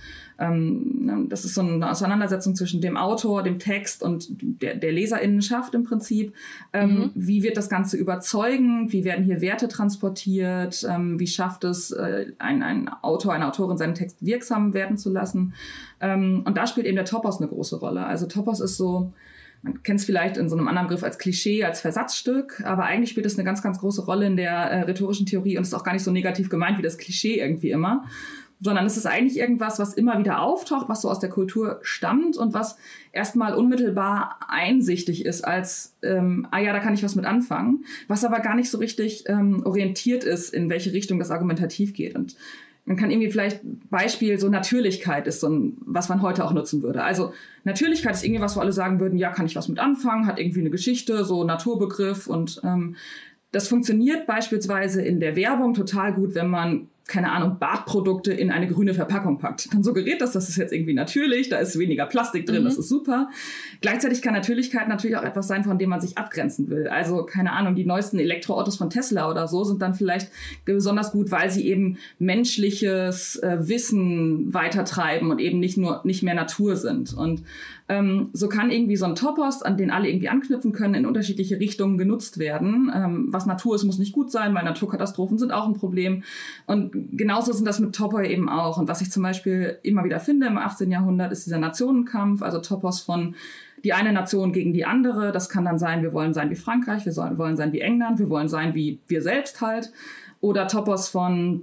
das ist so eine Auseinandersetzung zwischen dem Autor, dem Text und der Leserinnenschaft im Prinzip. Wie wird das Ganze überzeugend? Wie werden hier Werte transportiert? Wie schafft es ein Autor, eine Autorin, seinen Text wirksam werden zu lassen? Und da spielt eben der Topos eine große Rolle. Also Topos ist so, man kennt es vielleicht in so einem anderen Begriff als Klischee, als Versatzstück, aber eigentlich spielt es eine ganz, ganz große Rolle in der rhetorischen Theorie und ist auch gar nicht so negativ gemeint wie das Klischee irgendwie immer, sondern es ist eigentlich irgendwas, was immer wieder auftaucht, was so aus der Kultur stammt und was erstmal unmittelbar einsichtig ist als, ja, da kann ich was mit anfangen, was aber gar nicht so richtig orientiert ist, in welche Richtung das argumentativ geht. Und man kann irgendwie vielleicht Beispiel, so Natürlichkeit ist so ein, was man heute auch nutzen würde. Also Natürlichkeit ist irgendwie was, wo alle sagen würden, ja, kann ich was mit anfangen, hat irgendwie eine Geschichte, so Naturbegriff und das funktioniert beispielsweise in der Werbung total gut, wenn man, keine Ahnung, Badprodukte in eine grüne Verpackung packt. Dann suggeriert das ist jetzt irgendwie natürlich, da ist weniger Plastik drin, das ist super. Gleichzeitig kann Natürlichkeit natürlich auch etwas sein, von dem man sich abgrenzen will. Also, keine Ahnung, die neuesten Elektroautos von Tesla oder so sind dann vielleicht besonders gut, weil sie eben menschliches Wissen weitertreiben und eben nicht mehr Natur sind. Und so kann irgendwie so ein Topos, an den alle irgendwie anknüpfen können, in unterschiedliche Richtungen genutzt werden. Was Natur ist, muss nicht gut sein, weil Naturkatastrophen sind auch ein Problem. Und genauso sind das mit Topoi eben auch. Und was ich zum Beispiel immer wieder finde im 18. Jahrhundert, ist dieser Nationenkampf, also Topos von die eine Nation gegen die andere. Das kann dann sein, wir wollen sein wie Frankreich, wir wollen sein wie England, wir wollen sein wie wir selbst halt. Oder Topos von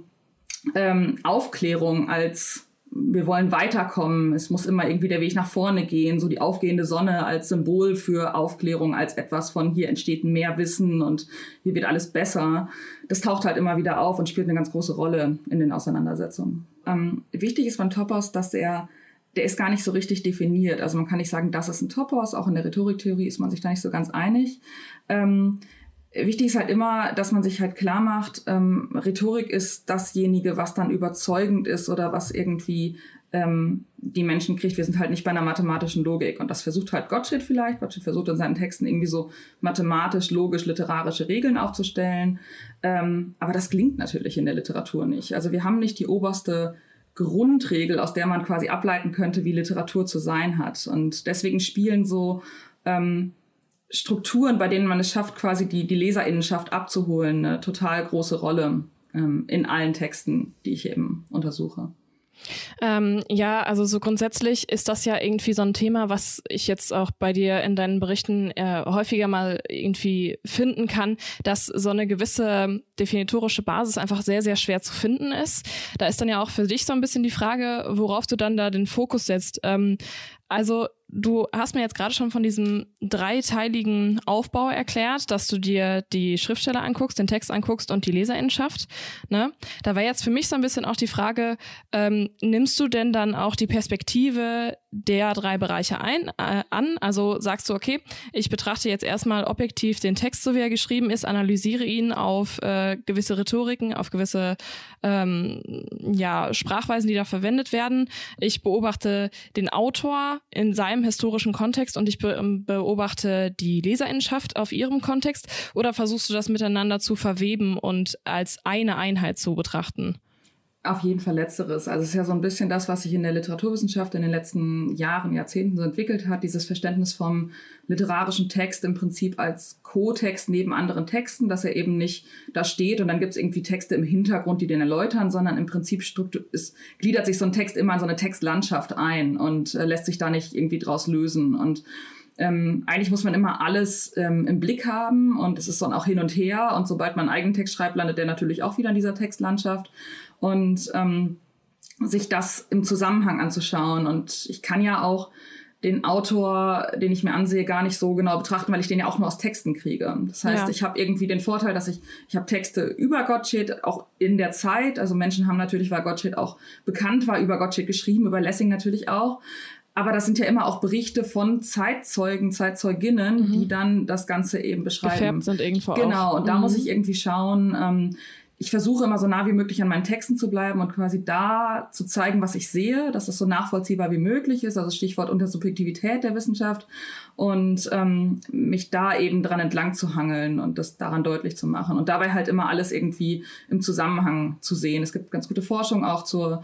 Aufklärung als wir wollen weiterkommen, es muss immer irgendwie der Weg nach vorne gehen, so die aufgehende Sonne als Symbol für Aufklärung, als etwas von hier entsteht mehr Wissen und hier wird alles besser. Das taucht halt immer wieder auf und spielt eine ganz große Rolle in den Auseinandersetzungen. Wichtig ist beim Topos, dass der ist gar nicht so richtig definiert. Also man kann nicht sagen, das ist ein Topos, auch in der Rhetoriktheorie ist man sich da nicht so ganz einig. Wichtig ist halt immer, dass man sich halt klar macht, Rhetorik ist dasjenige, was dann überzeugend ist oder was irgendwie die Menschen kriegt. Wir sind halt nicht bei einer mathematischen Logik. Und das versucht halt Gottsched vielleicht. Gottsched versucht in seinen Texten irgendwie so mathematisch, logisch, literarische Regeln aufzustellen. Aber das gelingt natürlich in der Literatur nicht. Also wir haben nicht die oberste Grundregel, aus der man quasi ableiten könnte, wie Literatur zu sein hat. Und deswegen spielen so Strukturen, bei denen man es schafft, quasi die Leserinnenschaft abzuholen, eine total große Rolle in allen Texten, die ich eben untersuche. Ja, also so grundsätzlich ist das ja irgendwie so ein Thema, was ich jetzt auch bei dir in deinen Berichten häufiger mal irgendwie finden kann, dass so eine gewisse definitorische Basis einfach sehr, sehr schwer zu finden ist. Da ist dann ja auch für dich so ein bisschen die Frage, worauf du dann da den Fokus setzt. Also du hast mir jetzt gerade schon von diesem dreiteiligen Aufbau erklärt, dass du dir die Schriftsteller anguckst, den Text anguckst und die Leserinnenschaft. Ne? Da war jetzt für mich so ein bisschen auch die Frage, nimmst du denn dann auch die Perspektive der drei Bereiche an? Also sagst du, okay, ich betrachte jetzt erstmal objektiv den Text, so wie er geschrieben ist, analysiere ihn auf gewisse Rhetoriken, auf gewisse Sprachweisen, die da verwendet werden. Ich beobachte den Autor in seinem historischen Kontext und ich beobachte die Leserinnenschaft auf ihrem Kontext, oder versuchst du das miteinander zu verweben und als eine Einheit zu betrachten? Auf jeden Fall Letzteres. Also es ist ja so ein bisschen das, was sich in der Literaturwissenschaft in den letzten Jahren, Jahrzehnten so entwickelt hat, dieses Verständnis vom literarischen Text im Prinzip als Co-Text neben anderen Texten, dass er eben nicht da steht und dann gibt es irgendwie Texte im Hintergrund, die den erläutern, sondern im Prinzip gliedert sich so ein Text immer in so eine Textlandschaft ein und lässt sich da nicht irgendwie draus lösen. Und eigentlich muss man immer alles im Blick haben und es ist dann auch hin und her und sobald man einen eigenen Text schreibt, landet der natürlich auch wieder in dieser Textlandschaft und sich das im Zusammenhang anzuschauen. Und ich kann ja auch den Autor, den ich mir ansehe, gar nicht so genau betrachten, weil ich den ja auch nur aus Texten kriege. Das heißt, Ich habe irgendwie den Vorteil, dass ich habe Texte über Gottsched, auch in der Zeit. Also Menschen haben natürlich, weil Gottsched auch bekannt war, über Gottsched geschrieben, über Lessing natürlich auch. Aber das sind ja immer auch Berichte von Zeitzeugen, Zeitzeuginnen, die dann das Ganze eben beschreiben. Gefärbt sind irgendwo auch. Genau, und da muss ich irgendwie schauen, ich versuche immer so nah wie möglich an meinen Texten zu bleiben und quasi da zu zeigen, was ich sehe, dass das so nachvollziehbar wie möglich ist, also Stichwort Intersubjektivität der Wissenschaft und mich da eben dran entlang zu hangeln und das daran deutlich zu machen und dabei halt immer alles irgendwie im Zusammenhang zu sehen. Es gibt ganz gute Forschung auch zum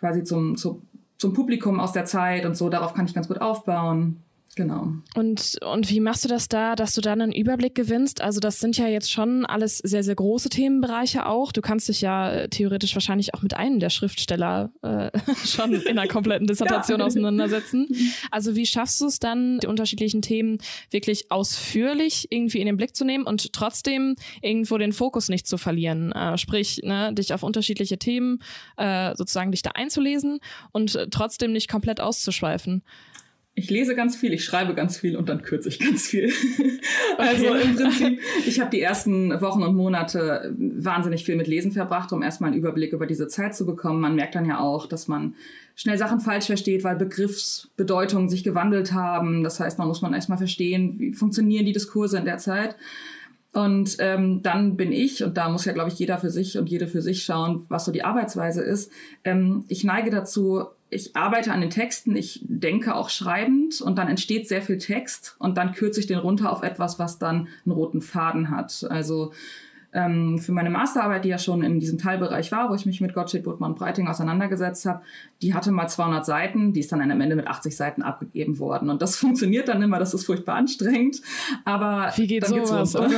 Publikum aus der Zeit und so, darauf kann ich ganz gut aufbauen. Genau. Und wie machst du das da, dass du dann einen Überblick gewinnst? Also das sind ja jetzt schon alles sehr, sehr große Themenbereiche auch. Du kannst dich ja theoretisch wahrscheinlich auch mit einem der Schriftsteller schon in einer kompletten Dissertation auseinandersetzen. Also wie schaffst du es dann, die unterschiedlichen Themen wirklich ausführlich irgendwie in den Blick zu nehmen und trotzdem irgendwo den Fokus nicht zu verlieren? Sprich, ne, dich auf unterschiedliche Themen sozusagen dich da einzulesen und trotzdem nicht komplett auszuschweifen. Ich lese ganz viel, ich schreibe ganz viel und dann kürze ich ganz viel. Also im Prinzip, ich habe die ersten Wochen und Monate wahnsinnig viel mit Lesen verbracht, um erstmal einen Überblick über diese Zeit zu bekommen. Man merkt dann ja auch, dass man schnell Sachen falsch versteht, weil Begriffsbedeutungen sich gewandelt haben. Das heißt, man muss erstmal verstehen, wie funktionieren die Diskurse in der Zeit. Und dann bin ich, und da muss ja, glaube ich, jeder für sich und jede für sich schauen, was so die Arbeitsweise ist. Ich neige dazu, ich arbeite an den Texten, ich denke auch schreibend und dann entsteht sehr viel Text und dann kürze ich den runter auf etwas, was dann einen roten Faden hat. Also für meine Masterarbeit, die ja schon in diesem Teilbereich war, wo ich mich mit Gottsched, Bodmer und Breiting auseinandergesetzt habe, die hatte mal 200 Seiten, die ist dann am Ende mit 80 Seiten abgegeben worden. Und das funktioniert dann immer, das ist furchtbar anstrengend. Aber wie geht sowas? Oh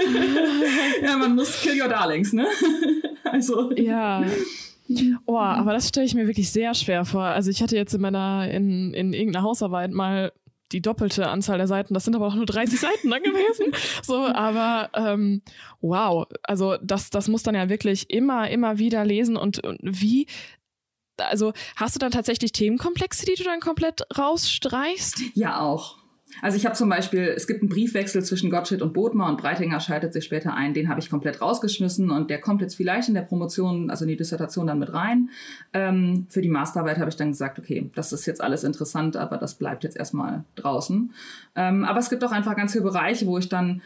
ja, man muss kill your darlings, ne? Also ja. Oh, aber das stelle ich mir wirklich sehr schwer vor. Also ich hatte jetzt in irgendeiner Hausarbeit mal die doppelte Anzahl der Seiten, das sind aber auch nur 30 Seiten dann gewesen. So, aber wow, also das muss dann ja wirklich immer wieder lesen und wie, also hast du dann tatsächlich Themenkomplexe, die du dann komplett rausstreichst? Ja, auch. Also ich habe zum Beispiel, es gibt einen Briefwechsel zwischen Gottsched und Bodmer und Breitinger schaltet sich später ein, den habe ich komplett rausgeschmissen und der kommt jetzt vielleicht in der Promotion, also in die Dissertation dann mit rein. Für die Masterarbeit habe ich dann gesagt, okay, das ist jetzt alles interessant, aber das bleibt jetzt erstmal draußen. Aber es gibt auch einfach ganz viele Bereiche, wo ich dann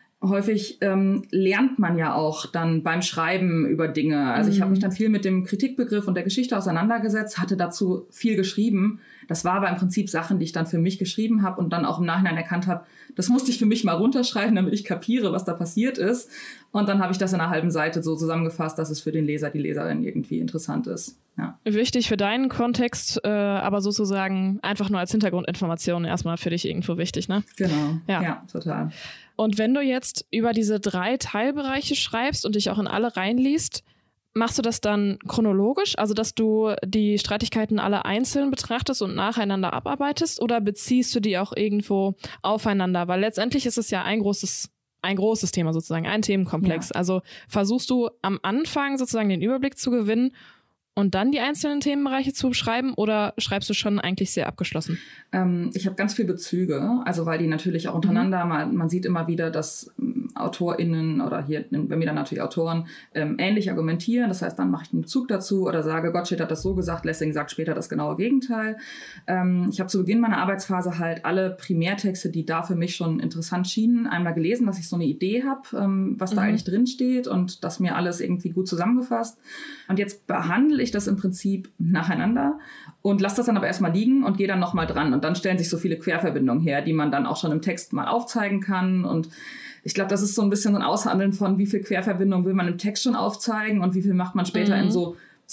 häufig lernt man ja auch dann beim Schreiben über Dinge. Also ich habe mich dann viel mit dem Kritikbegriff und der Geschichte auseinandergesetzt, hatte dazu viel geschrieben. Das war aber im Prinzip Sachen, die ich dann für mich geschrieben habe und dann auch im Nachhinein erkannt habe, das musste ich für mich mal runterschreiben, damit ich kapiere, was da passiert ist. Und dann habe ich das in einer halben Seite so zusammengefasst, dass es für den Leser, die Leserin irgendwie interessant ist. Ja. Wichtig für deinen Kontext, aber sozusagen einfach nur als Hintergrundinformation erstmal für dich irgendwo wichtig, ne? Genau, ja total. Und wenn du jetzt über diese 3 Teilbereiche schreibst und dich auch in alle reinliest, machst du das dann chronologisch, also dass du die Streitigkeiten alle einzeln betrachtest und nacheinander abarbeitest oder beziehst du die auch irgendwo aufeinander? Weil letztendlich ist es ja ein großes Thema sozusagen, ein Themenkomplex. Ja. Also versuchst du am Anfang sozusagen den Überblick zu gewinnen und dann die einzelnen Themenbereiche zu beschreiben oder schreibst du schon eigentlich sehr abgeschlossen? Ich habe ganz viele Bezüge, also weil die natürlich auch untereinander, man sieht immer wieder, dass AutorInnen oder hier bei mir dann natürlich Autoren ähnlich argumentieren. Das heißt, dann mache ich einen Bezug dazu oder sage, Gottsched hat das so gesagt, Lessing sagt später das genaue Gegenteil. Ich habe zu Beginn meiner Arbeitsphase halt alle Primärtexte, die da für mich schon interessant schienen, einmal gelesen, dass ich so eine Idee habe, was da eigentlich drin steht und das mir alles irgendwie gut zusammengefasst. Und jetzt behandle ich das im Prinzip nacheinander und lasse das dann aber erstmal liegen und gehe dann nochmal dran. Und dann stellen sich so viele Querverbindungen her, die man dann auch schon im Text mal aufzeigen kann. Und ich glaube, das ist so ein bisschen so ein Aushandeln von, wie viel Querverbindungen will man im Text schon aufzeigen und wie viel macht man später in so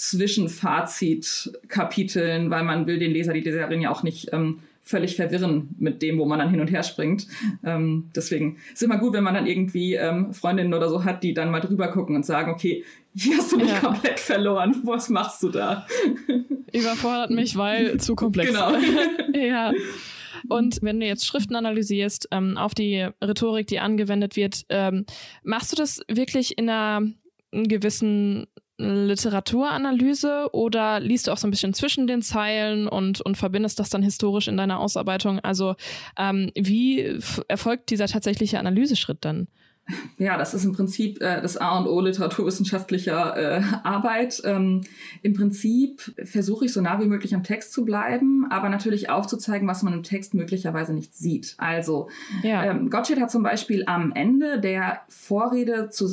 Zwischenfazit-Kapiteln, weil man will den Leser, die Leserin ja auch nicht völlig verwirren mit dem, wo man dann hin und her springt. Deswegen ist es immer gut, wenn man dann irgendwie Freundinnen oder so hat, die dann mal drüber gucken und sagen, okay, hier hast du mich komplett verloren. Was machst du da? Überfordert mich, weil zu komplex. Genau. Ja. Und wenn du jetzt Schriften analysierst, auf die Rhetorik, die angewendet wird, machst du das wirklich in einer gewissen Literaturanalyse oder liest du auch so ein bisschen zwischen den Zeilen und verbindest das dann historisch in deiner Ausarbeitung? Also wie erfolgt dieser tatsächliche Analyseschritt dann? Ja, das ist im Prinzip das A und O literaturwissenschaftlicher Arbeit. Im Prinzip versuche ich so nah wie möglich am Text zu bleiben, aber natürlich aufzuzeigen, was man im Text möglicherweise nicht sieht. Also Gottsched hat zum Beispiel am Ende der Vorrede zu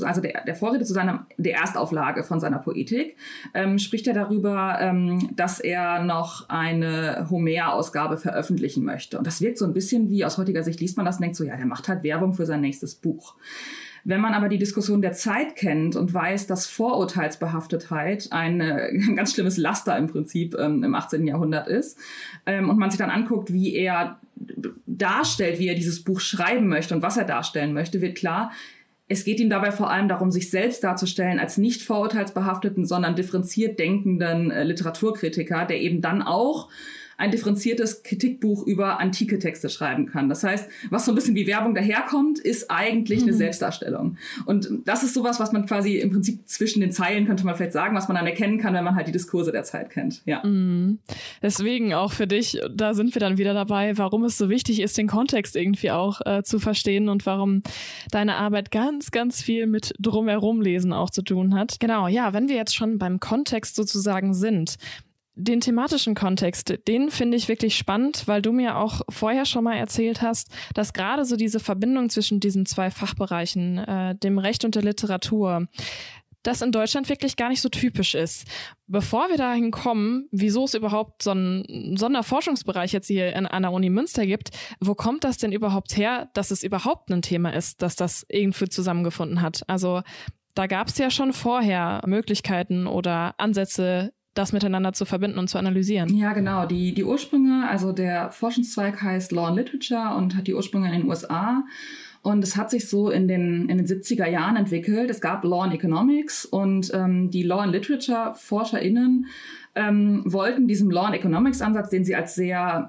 der Erstauflage von seiner Poetik, spricht er darüber, dass er noch eine Homer-Ausgabe veröffentlichen möchte. Und das wirkt so ein bisschen wie, aus heutiger Sicht liest man das und denkt so, ja, der macht halt Werbung für sein nächstes Buch. Wenn man aber die Diskussion der Zeit kennt und weiß, dass Vorurteilsbehaftetheit ein ganz schlimmes Laster im Prinzip im 18. Jahrhundert ist, und man sich dann anguckt, wie er darstellt, wie er dieses Buch schreiben möchte und was er darstellen möchte, wird klar, es geht ihm dabei vor allem darum, sich selbst darzustellen als nicht vorurteilsbehafteten, sondern differenziert denkenden Literaturkritiker, der eben dann auch ein differenziertes Kritikbuch über antike Texte schreiben kann. Das heißt, was so ein bisschen wie Werbung daherkommt, ist eigentlich eine Selbstdarstellung. Und das ist sowas, was man quasi im Prinzip zwischen den Zeilen, könnte man vielleicht sagen, was man dann erkennen kann, wenn man halt die Diskurse der Zeit kennt. Ja. Deswegen auch für dich, da sind wir dann wieder dabei, warum es so wichtig ist, den Kontext irgendwie auch zu verstehen und warum deine Arbeit ganz, ganz viel mit Drumherum-Lesen auch zu tun hat. Genau, ja, wenn wir jetzt schon beim Kontext sozusagen sind, den thematischen Kontext, den finde ich wirklich spannend, weil du mir auch vorher schon mal erzählt hast, dass gerade so diese Verbindung zwischen diesen zwei Fachbereichen, dem Recht und der Literatur, das in Deutschland wirklich gar nicht so typisch ist. Bevor wir dahin kommen, wieso es überhaupt so einen Sonderforschungsbereich jetzt hier an der Uni Münster gibt, wo kommt das denn überhaupt her, dass es überhaupt ein Thema ist, dass das irgendwie zusammengefunden hat? Also da gab es ja schon vorher Möglichkeiten oder Ansätze, das miteinander zu verbinden und zu analysieren. Ja, genau. Die Ursprünge, also der Forschungszweig heißt Law and Literature und hat die Ursprünge in den USA. Und es hat sich so in den 70er Jahren entwickelt. Es gab Law and Economics und die Law and Literature ForscherInnen wollten diesem Law and Economics Ansatz, den sie als sehr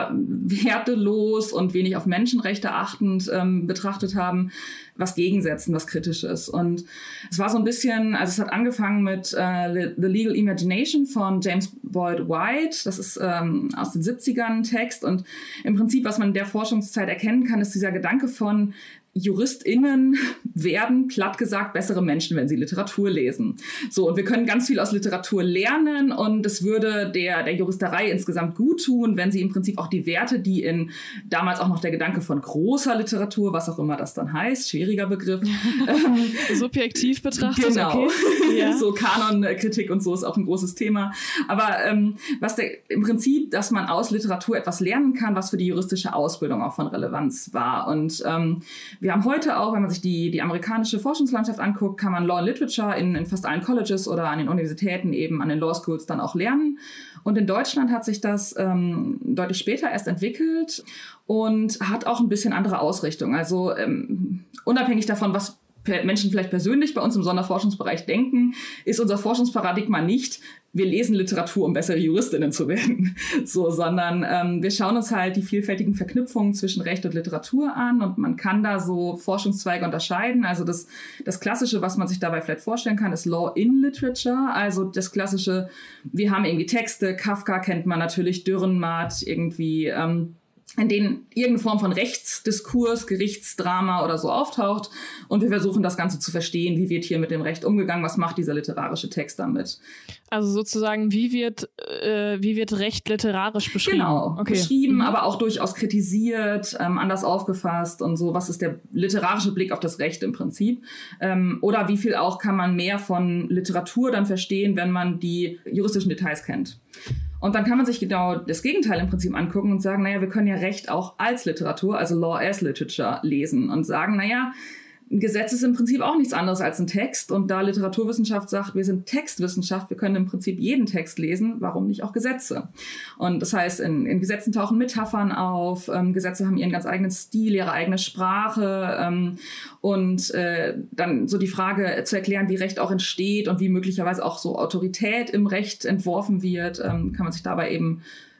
wertelos und wenig auf Menschenrechte achtend betrachtet haben, was gegensetzen, was Kritisches. Und es war so ein bisschen, also es hat angefangen mit The Legal Imagination von James Boyd White. Das ist aus den 70ern ein Text. Und im Prinzip, was man in der Forschungszeit erkennen kann, ist dieser Gedanke von JuristInnen werden, platt gesagt, bessere Menschen, wenn sie Literatur lesen. So, und wir können ganz viel aus Literatur lernen und es würde der Juristerei insgesamt gut tun, wenn sie im Prinzip auch die Werte, die in damals auch noch der Gedanke von großer Literatur, was auch immer das dann heißt, schwieriger Begriff. Subjektiv betrachtet, genau. Okay. Ja. So Kanonkritik und so ist auch ein großes Thema. Aber im Prinzip, dass man aus Literatur etwas lernen kann, was für die juristische Ausbildung auch von Relevanz war. Und wir haben heute auch, wenn man sich die amerikanische Forschungslandschaft anguckt, kann man Law and Literature in fast allen Colleges oder an den Universitäten eben an den Law Schools dann auch lernen. Und in Deutschland hat sich das deutlich später erst entwickelt und hat auch ein bisschen andere Ausrichtung. Also unabhängig davon, was Menschen vielleicht persönlich bei uns im Sonderforschungsbereich denken, ist unser Forschungsparadigma nicht, wir lesen Literatur, um bessere Juristinnen zu werden, so, sondern wir schauen uns halt die vielfältigen Verknüpfungen zwischen Recht und Literatur an und man kann da so Forschungszweige unterscheiden. Also das Klassische, was man sich dabei vielleicht vorstellen kann, ist Law in Literature, also das Klassische, wir haben irgendwie Texte, Kafka kennt man natürlich, Dürrenmatt, irgendwie in denen irgendeine Form von Rechtsdiskurs, Gerichtsdrama oder so auftaucht. Und wir versuchen das Ganze zu verstehen, wie wird hier mit dem Recht umgegangen, was macht dieser literarische Text damit. Also sozusagen, wie wird Recht literarisch beschrieben? Genau, okay. Beschrieben, aber auch durchaus kritisiert, anders aufgefasst und so. Was ist der literarische Blick auf das Recht im Prinzip? Oder wie viel auch kann man mehr von Literatur dann verstehen, wenn man die juristischen Details kennt? Und dann kann man sich genau das Gegenteil im Prinzip angucken und sagen, naja, wir können ja Recht auch als Literatur, also Law as Literature, lesen und sagen, naja, ein Gesetz ist im Prinzip auch nichts anderes als ein Text. Und da Literaturwissenschaft sagt, wir sind Textwissenschaft, wir können im Prinzip jeden Text lesen, warum nicht auch Gesetze? Und das heißt, in Gesetzen tauchen Metaphern auf, Gesetze haben ihren ganz eigenen Stil, ihre eigene Sprache und dann so die Frage zu erklären, wie Recht auch entsteht und wie möglicherweise auch so Autorität im Recht entworfen wird, kann man sich dabei eben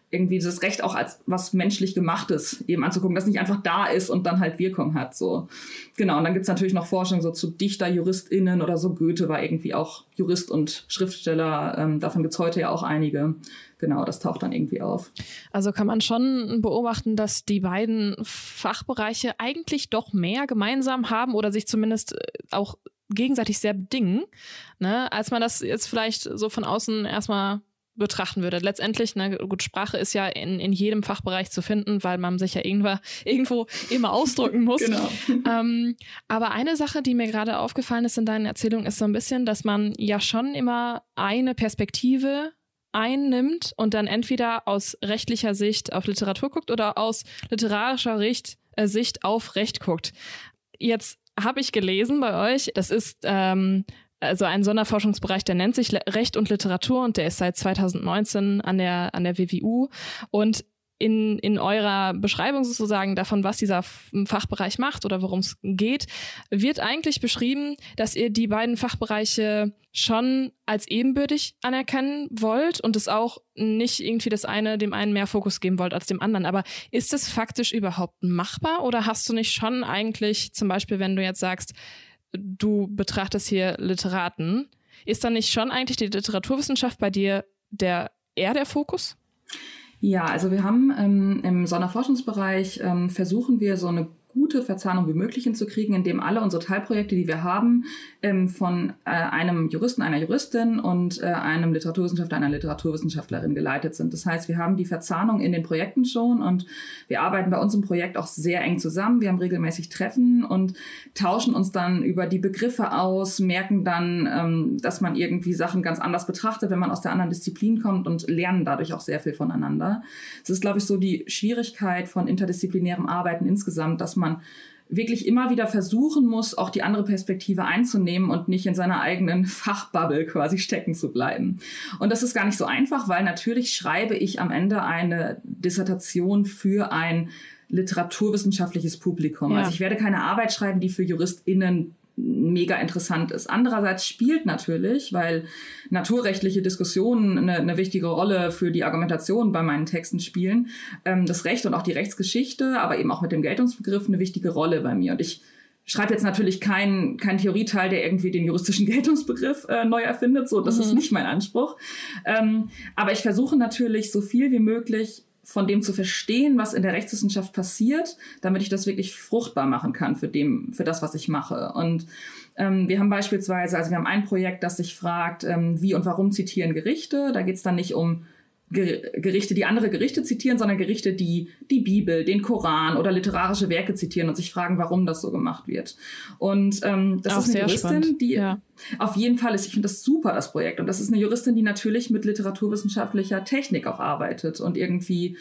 irgendwie das Recht auch als was menschlich Gemachtes eben anzugucken, das nicht einfach da ist und dann halt Wirkung hat. So. Genau, und dann gibt's natürlich noch Forschung so zu Dichter, JuristInnen oder so. Goethe war irgendwie auch Jurist und Schriftsteller. Davon gibt's heute ja auch einige. Genau, das taucht dann irgendwie auf. Also kann man schon beobachten, dass die beiden Fachbereiche eigentlich doch mehr gemeinsam haben oder sich zumindest auch gegenseitig sehr bedingen, ne, als man das jetzt vielleicht so von außen erstmal betrachten würde. Letztendlich, ne, gut, Sprache ist ja in jedem Fachbereich zu finden, weil man sich ja irgendwo immer ausdrücken muss. Genau. Aber eine Sache, die mir gerade aufgefallen ist in deinen Erzählungen, ist so ein bisschen, dass man ja schon immer eine Perspektive einnimmt und dann entweder aus rechtlicher Sicht auf Literatur guckt oder aus literarischer Sicht auf Recht guckt. Jetzt habe ich gelesen bei euch, das ist also ein Sonderforschungsbereich, der nennt sich Recht und Literatur und der ist seit 2019 an der WWU. Und in eurer Beschreibung sozusagen davon, was dieser Fachbereich macht oder worum es geht, wird eigentlich beschrieben, dass ihr die beiden Fachbereiche schon als ebenbürtig anerkennen wollt und es auch nicht irgendwie dem einen mehr Fokus geben wollt als dem anderen. Aber ist es faktisch überhaupt machbar oder hast du nicht schon eigentlich, zum Beispiel, wenn du jetzt sagst, du betrachtest hier Literaten, ist dann nicht schon eigentlich die Literaturwissenschaft bei dir eher der Fokus? Ja, also wir haben im Sonderforschungsbereich versuchen wir so eine gute Verzahnung wie möglich hinzukriegen, indem alle unsere Teilprojekte, die wir haben, von einem Juristen, einer Juristin und einem Literaturwissenschaftler, einer Literaturwissenschaftlerin geleitet sind. Das heißt, wir haben die Verzahnung in den Projekten schon und wir arbeiten bei uns im Projekt auch sehr eng zusammen. Wir haben regelmäßig Treffen und tauschen uns dann über die Begriffe aus, merken dann, dass man irgendwie Sachen ganz anders betrachtet, wenn man aus der anderen Disziplin kommt und lernen dadurch auch sehr viel voneinander. Das ist, glaube ich, so die Schwierigkeit von interdisziplinärem Arbeiten insgesamt, dass man wirklich immer wieder versuchen muss, auch die andere Perspektive einzunehmen und nicht in seiner eigenen Fachbubble quasi stecken zu bleiben. Und das ist gar nicht so einfach, weil natürlich schreibe ich am Ende eine Dissertation für ein literaturwissenschaftliches Publikum. Ja. Also ich werde keine Arbeit schreiben, die für JuristInnen mega interessant ist. Andererseits spielt natürlich, weil naturrechtliche Diskussionen eine wichtige Rolle für die Argumentation bei meinen Texten spielen, das Recht und auch die Rechtsgeschichte, aber eben auch mit dem Geltungsbegriff eine wichtige Rolle bei mir. Und ich schreibe jetzt natürlich kein Theorieteil, der irgendwie den juristischen Geltungsbegriff neu erfindet. So, das ist nicht mein Anspruch. Aber ich versuche natürlich so viel wie möglich von dem zu verstehen, was in der Rechtswissenschaft passiert, damit ich das wirklich fruchtbar machen kann für das, was ich mache. Und wir haben beispielsweise, also wir haben ein Projekt, das sich fragt, wie und warum zitieren Gerichte. Da geht es dann nicht um Gerichte, die andere Gerichte zitieren, sondern Gerichte, die die Bibel, den Koran oder literarische Werke zitieren und sich fragen, warum das so gemacht wird. Und das auch ist eine Juristin, spannend. die auf jeden Fall ist, ich finde das super, das Projekt. Und das ist eine Juristin, die natürlich mit literaturwissenschaftlicher Technik auch arbeitet und irgendwie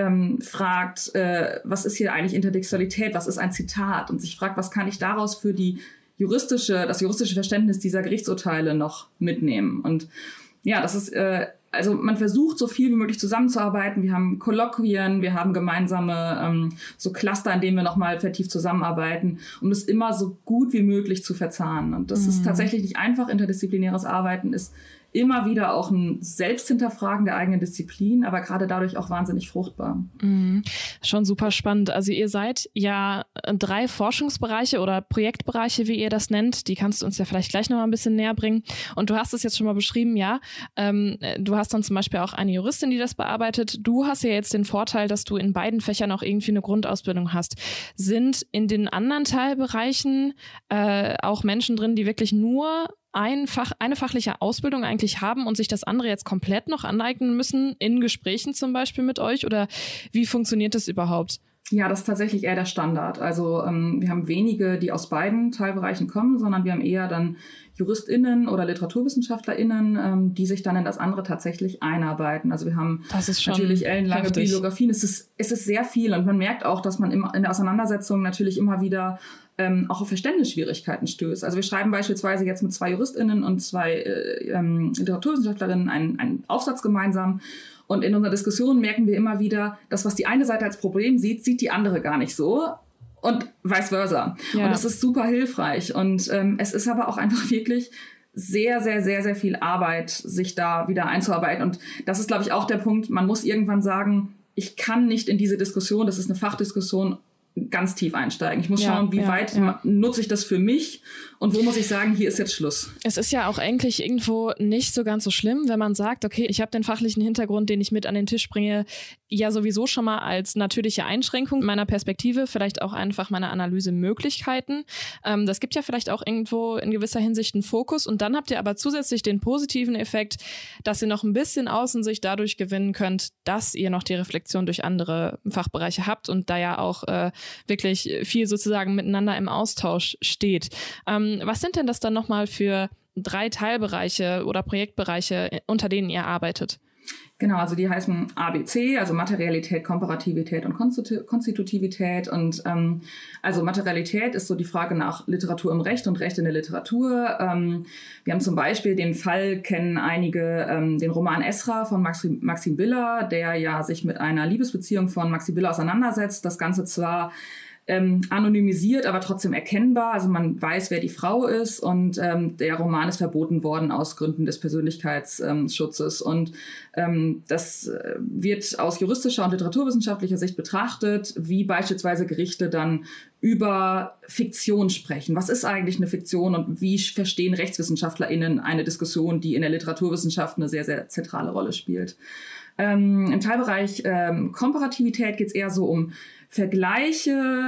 fragt, was ist hier eigentlich Intertextualität, was ist ein Zitat und sich fragt, was kann ich daraus für das juristische Verständnis dieser Gerichtsurteile noch mitnehmen. Und ja, das ist also man versucht, so viel wie möglich zusammenzuarbeiten. Wir haben Kolloquien, wir haben gemeinsame so Cluster, in denen wir nochmal vertieft zusammenarbeiten, um das immer so gut wie möglich zu verzahnen. Und das ist tatsächlich nicht einfach. Interdisziplinäres Arbeiten ist immer wieder auch ein Selbsthinterfragen der eigenen Disziplin, aber gerade dadurch auch wahnsinnig fruchtbar. Schon super spannend. Also ihr seid ja 3 Forschungsbereiche oder Projektbereiche, wie ihr das nennt. Die kannst du uns ja vielleicht gleich noch mal ein bisschen näher bringen. Und du hast es jetzt schon mal beschrieben, ja. Du hast dann zum Beispiel auch eine Juristin, die das bearbeitet. Du hast ja jetzt den Vorteil, dass du in beiden Fächern auch irgendwie eine Grundausbildung hast. Sind in den anderen Teilbereichen auch Menschen drin, die wirklich nur eine fachliche Ausbildung eigentlich haben und sich das andere jetzt komplett noch aneignen müssen, in Gesprächen zum Beispiel mit euch? Oder wie funktioniert das überhaupt? Ja, das ist tatsächlich eher der Standard. Also wir haben wenige, die aus beiden Teilbereichen kommen, sondern wir haben eher dann JuristInnen oder LiteraturwissenschaftlerInnen, die sich dann in das andere tatsächlich einarbeiten. Also wir haben natürlich ellenlange Bibliografien. Es ist sehr viel und man merkt auch, dass man in der Auseinandersetzung natürlich immer wieder auch auf Verständnisschwierigkeiten stößt. Also wir schreiben beispielsweise jetzt mit 2 JuristInnen und 2 Literaturwissenschaftlerinnen einen Aufsatz gemeinsam. Und in unserer Diskussion merken wir immer wieder, dass was die eine Seite als Problem sieht, sieht die andere gar nicht so. Und vice versa. Ja. Und das ist super hilfreich. Und es ist aber auch einfach wirklich sehr, sehr, sehr, sehr viel Arbeit, sich da wieder einzuarbeiten. Und das ist, glaube ich, auch der Punkt, man muss irgendwann sagen, ich kann nicht in diese Diskussion, das ist eine Fachdiskussion, ganz tief einsteigen. Ich muss schauen, wie weit nutze ich das für mich und wo muss ich sagen, hier ist jetzt Schluss. Es ist ja auch eigentlich irgendwo nicht so ganz so schlimm, wenn man sagt, okay, ich habe den fachlichen Hintergrund, den ich mit an den Tisch bringe, ja sowieso schon mal als natürliche Einschränkung meiner Perspektive, vielleicht auch einfach meiner Analysemöglichkeiten. Das gibt ja vielleicht auch irgendwo in gewisser Hinsicht einen Fokus und dann habt ihr aber zusätzlich den positiven Effekt, dass ihr noch ein bisschen Außensicht dadurch gewinnen könnt, dass ihr noch die Reflexion durch andere Fachbereiche habt und da ja auch wirklich viel sozusagen miteinander im Austausch steht. Was sind denn das dann nochmal für 3 Teilbereiche oder Projektbereiche, unter denen ihr arbeitet? Genau, also die heißen ABC, also Materialität, Komparativität und Konstitutivität. Und also Materialität ist so die Frage nach Literatur im Recht und Recht in der Literatur. Wir haben zum Beispiel den Fall, kennen einige, den Roman Esra von Maxim Biller, der ja sich mit einer Liebesbeziehung von Maxim Biller auseinandersetzt. Das Ganze zwar anonymisiert, aber trotzdem erkennbar. Also man weiß, wer die Frau ist und der Roman ist verboten worden aus Gründen des Persönlichkeitsschutzes. Und das wird aus juristischer und literaturwissenschaftlicher Sicht betrachtet, wie beispielsweise Gerichte dann über Fiktion sprechen. Was ist eigentlich eine Fiktion und wie verstehen RechtswissenschaftlerInnen eine Diskussion, die in der Literaturwissenschaft eine sehr, sehr zentrale Rolle spielt? Im Teilbereich Komparativität geht es eher so um Vergleiche,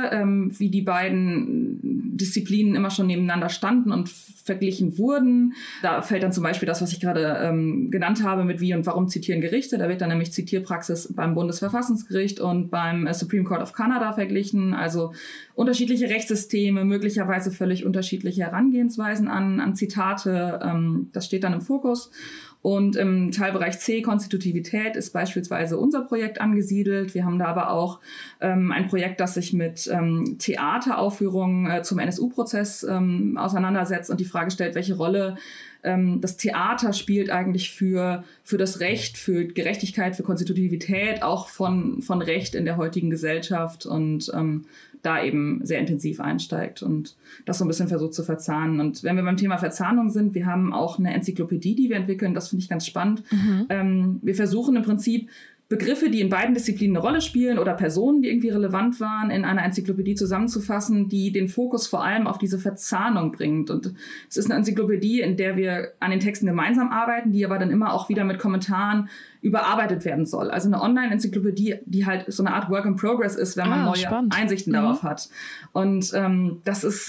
wie die beiden Disziplinen immer schon nebeneinander standen und verglichen wurden. Da fällt dann zum Beispiel das, was ich gerade genannt habe, mit wie und warum zitieren Gerichte. Da wird dann nämlich Zitierpraxis beim Bundesverfassungsgericht und beim Supreme Court of Canada verglichen. Also unterschiedliche Rechtssysteme, möglicherweise völlig unterschiedliche Herangehensweisen an Zitate. Das steht dann im Fokus. Und im Teilbereich C, Konstitutivität, ist beispielsweise unser Projekt angesiedelt. Wir haben da aber auch ein Projekt, das sich mit Theateraufführungen zum NSU-Prozess auseinandersetzt und die Frage stellt, welche Rolle das Theater spielt eigentlich für das Recht, für Gerechtigkeit, für Konstitutivität, auch von Recht in der heutigen Gesellschaft und da eben sehr intensiv einsteigt und das so ein bisschen versucht zu verzahnen. Und wenn wir beim Thema Verzahnung sind, wir haben auch eine Enzyklopädie, die wir entwickeln, das finde ich ganz spannend. Wir versuchen im Prinzip Begriffe, die in beiden Disziplinen eine Rolle spielen oder Personen, die irgendwie relevant waren, in einer Enzyklopädie zusammenzufassen, die den Fokus vor allem auf diese Verzahnung bringt. Und es ist eine Enzyklopädie, in der wir an den Texten gemeinsam arbeiten, die aber dann immer auch wieder mit Kommentaren überarbeitet werden soll. Also eine Online-Enzyklopädie, die halt so eine Art Work in Progress ist, wenn man neue Einsichten darauf hat. Und das ist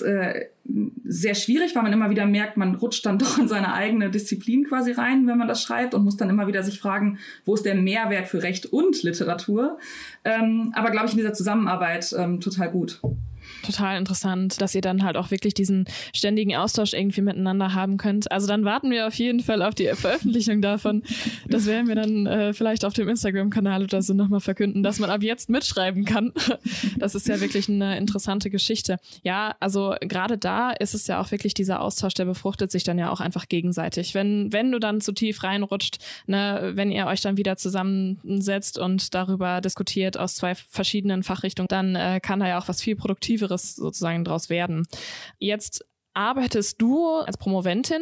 sehr schwierig, weil man immer wieder merkt, man rutscht dann doch in seine eigene Disziplin quasi rein, wenn man das schreibt und muss dann immer wieder sich fragen, wo ist der Mehrwert für Recht und Literatur? Aber glaube ich in dieser Zusammenarbeit total gut. Total interessant, dass ihr dann halt auch wirklich diesen ständigen Austausch irgendwie miteinander haben könnt. Also dann warten wir auf jeden Fall auf die Veröffentlichung davon. Das werden wir dann vielleicht auf dem Instagram-Kanal oder so nochmal verkünden, dass man ab jetzt mitschreiben kann. Das ist ja wirklich eine interessante Geschichte. Ja, also gerade da ist es ja auch wirklich dieser Austausch, der befruchtet sich dann ja auch einfach gegenseitig. Wenn du dann zu tief reinrutscht, ne, wenn ihr euch dann wieder zusammensetzt und darüber diskutiert aus 2 verschiedenen Fachrichtungen, dann kann da ja auch was viel Produktiveres sozusagen draus werden. Jetzt arbeitest du als Promoventin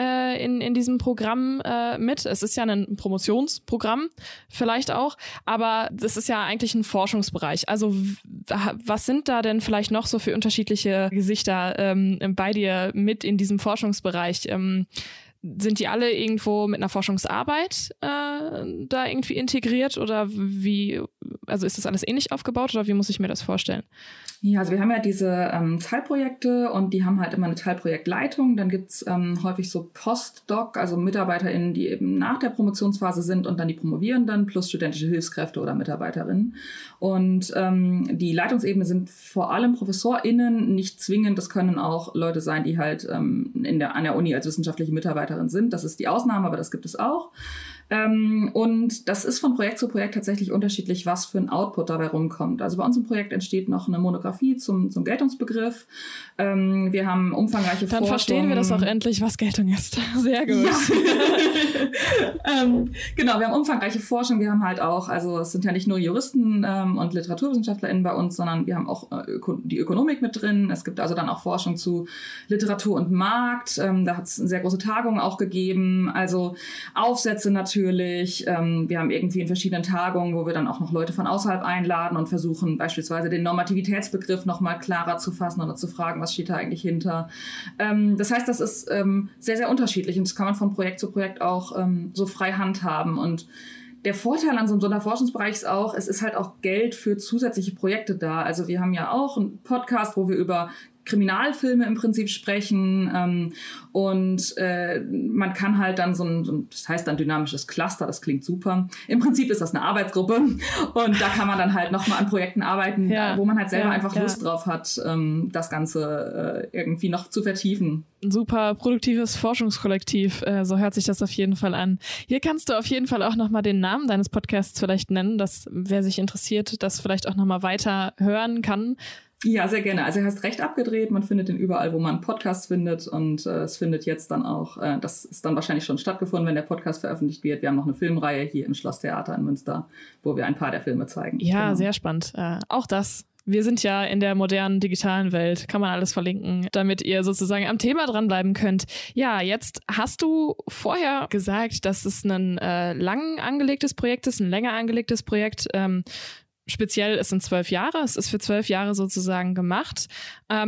in diesem Programm mit. Es ist ja ein Promotionsprogramm vielleicht auch, aber das ist ja eigentlich ein Forschungsbereich. Also was sind da denn vielleicht noch so für unterschiedliche Gesichter bei dir mit in diesem Forschungsbereich? Sind die alle irgendwo mit einer Forschungsarbeit da irgendwie integriert oder wie, also ist das alles ähnlich aufgebaut oder wie muss ich mir das vorstellen? Ja, also wir haben ja diese Teilprojekte und die haben halt immer eine Teilprojektleitung. Dann gibt's häufig so Postdoc, also MitarbeiterInnen, die eben nach der Promotionsphase sind und dann die Promovierenden plus studentische Hilfskräfte oder MitarbeiterInnen. Und die Leitungsebene sind vor allem ProfessorInnen, nicht zwingend. Das können auch Leute sein, die halt an der Uni als wissenschaftliche Mitarbeiterin sind. Das ist die Ausnahme, aber das gibt es auch. Und das ist von Projekt zu Projekt tatsächlich unterschiedlich, was für ein Output dabei rumkommt. Also bei uns im Projekt entsteht noch eine Monographie zum Geltungsbegriff. Wir haben umfangreiche Forschung. Dann verstehen wir das auch endlich, was Geltung ist. Sehr gut. Ja. Genau, wir haben umfangreiche Forschung. Wir haben halt auch, also es sind ja nicht nur Juristen und LiteraturwissenschaftlerInnen bei uns, sondern wir haben auch die Ökonomik mit drin. Es gibt also dann auch Forschung zu Literatur und Markt. Da hat es eine sehr große Tagung auch gegeben. Also Aufsätze natürlich. Wir haben irgendwie in verschiedenen Tagungen, wo wir dann auch noch Leute von außerhalb einladen und versuchen beispielsweise den Normativitätsbegriff noch mal klarer zu fassen oder zu fragen, was steht da eigentlich hinter. Das heißt, das ist sehr, sehr unterschiedlich und das kann man von Projekt zu Projekt auch so frei handhaben. Und der Vorteil an so einem Sonderforschungsbereich ist auch, es ist halt auch Geld für zusätzliche Projekte da. Also wir haben ja auch einen Podcast, wo wir über Kriminalfilme im Prinzip sprechen und man kann halt dann das heißt dann dynamisches Cluster, das klingt super. Im Prinzip ist das eine Arbeitsgruppe und da kann man dann halt nochmal an Projekten arbeiten, wo man halt selber einfach Lust drauf hat, das Ganze irgendwie noch zu vertiefen. Ein super produktives Forschungskollektiv, so hört sich das auf jeden Fall an. Hier kannst du auf jeden Fall auch nochmal den Namen deines Podcasts vielleicht nennen, dass wer sich interessiert, das vielleicht auch nochmal weiter hören kann. Ja, sehr gerne. Also er heißt Recht abgedreht. Man findet ihn überall, wo man Podcasts findet. Und es findet jetzt dann auch, das ist dann wahrscheinlich schon stattgefunden, wenn der Podcast veröffentlicht wird. Wir haben noch eine Filmreihe hier im Schlosstheater in Münster, wo wir ein paar der Filme zeigen. Ja, genau. Sehr spannend. Auch das. Wir sind ja in der modernen digitalen Welt, kann man alles verlinken, damit ihr sozusagen am Thema dranbleiben könnt. Ja, jetzt hast du vorher gesagt, dass es ein lang angelegtes Projekt ist, ein länger angelegtes Projekt. Speziell, es sind 12 Jahre, es ist für 12 Jahre sozusagen gemacht. Da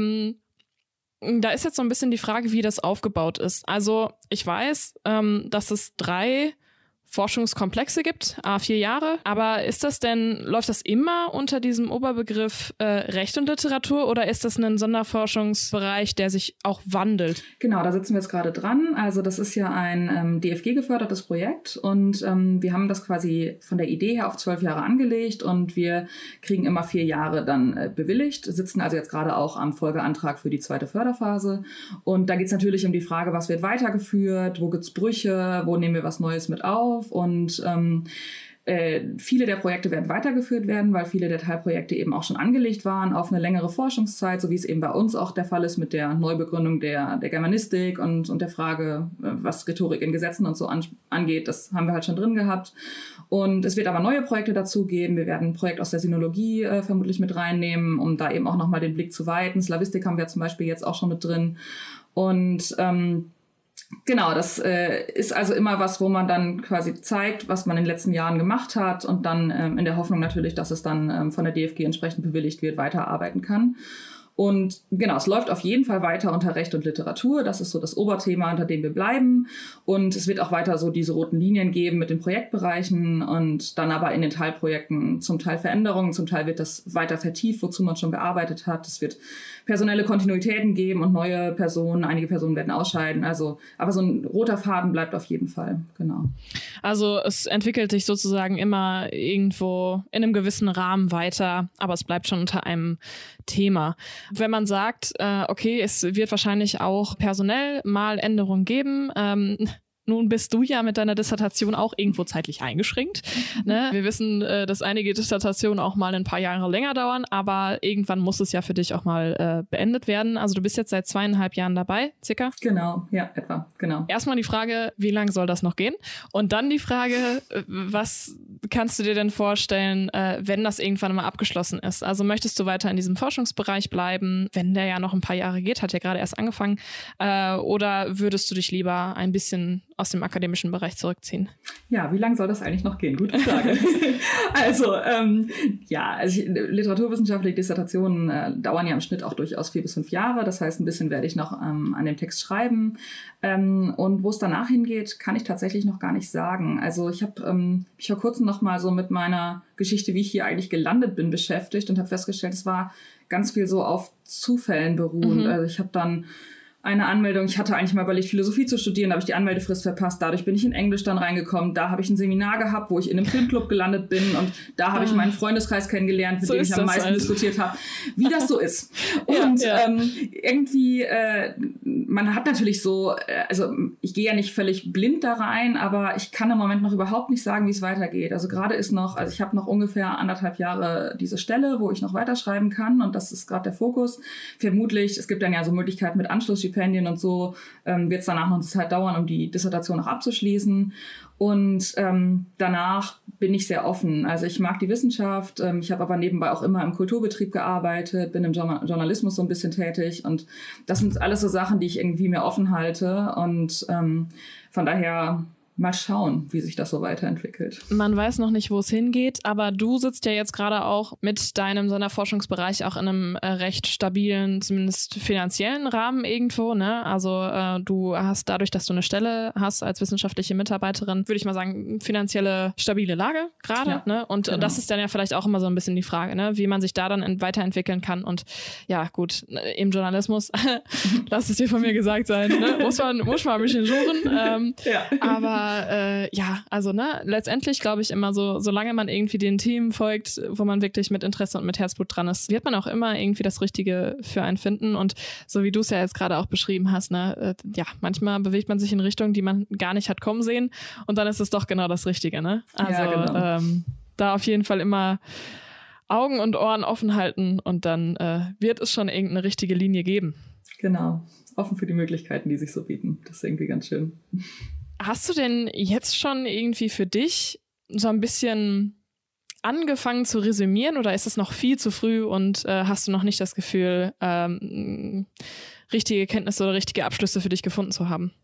ist jetzt so ein bisschen die Frage, wie das aufgebaut ist. Also ich weiß, dass es 3 Forschungskomplexe gibt, 4 Jahre. Aber läuft das immer unter diesem Oberbegriff Recht und Literatur oder ist das ein Sonderforschungsbereich, der sich auch wandelt? Genau, da sitzen wir jetzt gerade dran. Also das ist ja ein DFG-gefördertes Projekt und wir haben das quasi von der Idee her auf 12 Jahre angelegt und wir kriegen immer 4 Jahre dann bewilligt, sitzen also jetzt gerade auch am Folgeantrag für die 2. Förderphase. Und da geht es natürlich um die Frage, was wird weitergeführt, wo gibt es Brüche, wo nehmen wir was Neues mit auf? Und viele der Projekte werden weitergeführt werden, weil viele der Teilprojekte eben auch schon angelegt waren auf eine längere Forschungszeit, so wie es eben bei uns auch der Fall ist mit der Neubegründung der Germanistik und der Frage, was Rhetorik in Gesetzen und so angeht. Das haben wir halt schon drin gehabt. Und es wird aber neue Projekte dazu geben. Wir werden ein Projekt aus der Sinologie vermutlich mit reinnehmen, um da eben auch nochmal den Blick zu weiten. Slavistik haben wir zum Beispiel jetzt auch schon mit drin. Und genau, das ist also immer was, wo man dann quasi zeigt, was man in den letzten Jahren gemacht hat und dann in der Hoffnung natürlich, dass es dann von der DFG entsprechend bewilligt wird, weiterarbeiten kann. Und genau, es läuft auf jeden Fall weiter unter Recht und Literatur. Das ist so das Oberthema, unter dem wir bleiben. Und es wird auch weiter so diese roten Linien geben mit den Projektbereichen und dann aber in den Teilprojekten zum Teil Veränderungen, zum Teil wird das weiter vertieft, wozu man schon gearbeitet hat. Es wird personelle Kontinuitäten geben und neue Personen, einige Personen werden ausscheiden. Also, aber so ein roter Faden bleibt auf jeden Fall, genau. Also es entwickelt sich sozusagen immer irgendwo in einem gewissen Rahmen weiter, aber es bleibt schon unter einem Thema. Wenn man sagt, okay, es wird wahrscheinlich auch personell mal Änderungen geben, nun bist du ja mit deiner Dissertation auch irgendwo zeitlich eingeschränkt. Ne? Wir wissen, dass einige Dissertationen auch mal ein paar Jahre länger dauern, aber irgendwann muss es ja für dich auch mal beendet werden. Also du bist jetzt seit 2,5 Jahren dabei, circa? Genau, ja, etwa, genau. Erstmal die Frage, wie lange soll das noch gehen? Und dann die Frage, was kannst du dir denn vorstellen, wenn das irgendwann mal abgeschlossen ist? Also möchtest du weiter in diesem Forschungsbereich bleiben, wenn der ja noch ein paar Jahre geht, hat ja gerade erst angefangen, oder würdest du dich lieber ein bisschen aus dem akademischen Bereich zurückziehen? Ja, wie lange soll das eigentlich noch gehen? Gute Frage. Also, literaturwissenschaftliche Dissertationen dauern ja im Schnitt auch durchaus 4 bis 5 Jahre. Das heißt, ein bisschen werde ich noch an dem Text schreiben. Und wo es danach hingeht, kann ich tatsächlich noch gar nicht sagen. Also ich habe mich vor kurzem noch mal so mit meiner Geschichte, wie ich hier eigentlich gelandet bin, beschäftigt und habe festgestellt, es war ganz viel so auf Zufällen beruhend. Also ich habe dann eine Anmeldung. Ich hatte eigentlich mal überlegt, Philosophie zu studieren, da habe ich die Anmeldefrist verpasst. Dadurch bin ich in Englisch dann reingekommen. Da habe ich ein Seminar gehabt, wo ich in einem Filmclub gelandet bin und da habe ich meinen Freundeskreis kennengelernt, mit dem ich am meisten diskutiert habe, wie das so ist. Und irgendwie, man hat natürlich so, also ich gehe ja nicht völlig blind da rein, aber ich kann im Moment noch überhaupt nicht sagen, wie es weitergeht. Also gerade ist noch, also ich habe noch ungefähr 1,5 Jahre diese Stelle, wo ich noch weiterschreiben kann und das ist gerade der Fokus. Vermutlich, es gibt dann ja so Möglichkeiten mit Anschlussstipendien und so, wird es danach noch eine Zeit dauern, um die Dissertation noch abzuschließen. Und danach bin ich sehr offen. Also ich mag die Wissenschaft. Ich habe aber nebenbei auch immer im Kulturbetrieb gearbeitet, bin im Journalismus so ein bisschen tätig. Und das sind alles so Sachen, die ich irgendwie mir offen halte. Und von daher mal schauen, wie sich das so weiterentwickelt. Man weiß noch nicht, wo es hingeht, aber du sitzt ja jetzt gerade auch mit deinem Sonderforschungsbereich auch in einem recht stabilen, zumindest finanziellen Rahmen irgendwo, ne? Also du hast dadurch, dass du eine Stelle hast als wissenschaftliche Mitarbeiterin, würde ich mal sagen, finanzielle stabile Lage gerade, ja, ne? Und genau, das ist dann ja vielleicht auch immer so ein bisschen die Frage, ne? Wie man sich da dann weiterentwickeln kann. Und ja, gut, im Journalismus, lass es dir von mir gesagt sein, ne? muss man ein bisschen suchen. Ja. Aber ja, also ne, letztendlich glaube ich immer so, solange man irgendwie den Themen folgt, wo man wirklich mit Interesse und mit Herzblut dran ist, wird man auch immer irgendwie das Richtige für einen finden. Und so wie du es ja jetzt gerade auch beschrieben hast, ne, ja, manchmal bewegt man sich in Richtungen, die man gar nicht hat kommen sehen und dann ist es doch genau das Richtige, ne? Also ja, genau. Da auf jeden Fall immer Augen und Ohren offen halten und dann wird es schon irgendeine richtige Linie geben. Genau, offen für die Möglichkeiten, die sich so bieten. Das ist irgendwie ganz schön. Hast du denn jetzt schon irgendwie für dich so ein bisschen angefangen zu resümieren oder ist es noch viel zu früh und hast du noch nicht das Gefühl, richtige Kenntnisse oder richtige Abschlüsse für dich gefunden zu haben?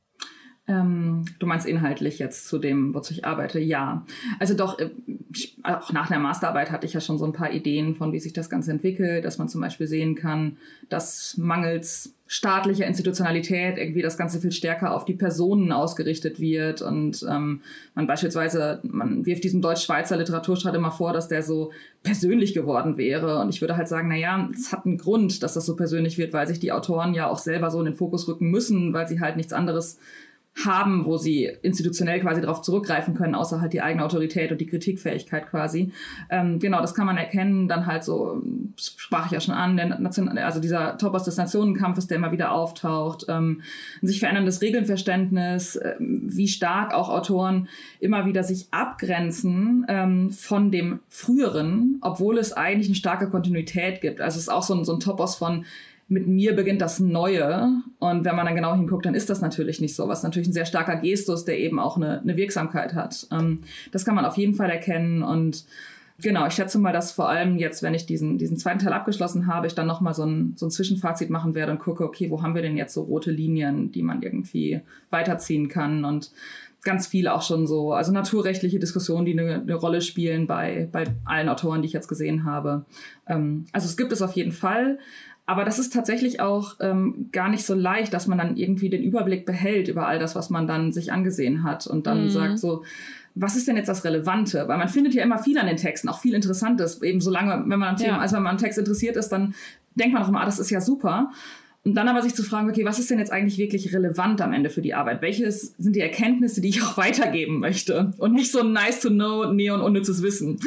Du meinst inhaltlich jetzt zu dem, wozu ich arbeite? Ja. Also doch, auch nach der Masterarbeit hatte ich ja schon so ein paar Ideen von, wie sich das Ganze entwickelt, dass man zum Beispiel sehen kann, dass mangels staatlicher Institutionalität irgendwie das Ganze viel stärker auf die Personen ausgerichtet wird und man wirft diesem Deutsch-Schweizer Literaturstreit immer vor, dass der so persönlich geworden wäre und ich würde halt sagen, naja, es hat einen Grund, dass das so persönlich wird, weil sich die Autoren ja auch selber so in den Fokus rücken müssen, weil sie halt nichts anderes haben, wo sie institutionell quasi darauf zurückgreifen können, außer halt die eigene Autorität und die Kritikfähigkeit quasi. Genau, das kann man erkennen. Dann halt so, sprach ich ja schon an, also dieser Topos des Nationenkampfes, der immer wieder auftaucht, ein sich veränderndes Regelnverständnis, wie stark auch Autoren immer wieder sich abgrenzen von dem Früheren, obwohl es eigentlich eine starke Kontinuität gibt. Also es ist auch so ein Topos von mit mir beginnt das Neue. Und wenn man dann genau hinguckt, dann ist das natürlich nicht so. Was natürlich ein sehr starker Gestus, der eben auch eine Wirksamkeit hat. Das kann man auf jeden Fall erkennen. Und genau, ich schätze mal, dass vor allem jetzt, wenn ich diesen zweiten Teil abgeschlossen habe, ich dann nochmal so ein Zwischenfazit machen werde und gucke, okay, wo haben wir denn jetzt so rote Linien, die man irgendwie weiterziehen kann. Und ganz viel auch schon so, also naturrechtliche Diskussionen, die eine Rolle spielen bei allen Autoren, die ich jetzt gesehen habe. Also es gibt es auf jeden Fall. Aber das ist tatsächlich auch gar nicht so leicht, dass man dann irgendwie den Überblick behält über all das, was man dann sich angesehen hat und dann sagt so, was ist denn jetzt das Relevante? Weil man findet ja immer viel an den Texten, auch viel Interessantes. Eben solange, wenn man am Thema, also wenn man am Text interessiert ist, dann denkt man auch immer, das ist ja super. Und dann aber sich zu fragen, okay, was ist denn jetzt eigentlich wirklich relevant am Ende für die Arbeit? Welches sind die Erkenntnisse, die ich auch weitergeben möchte? Und nicht so nice to know, neon unnützes Wissen.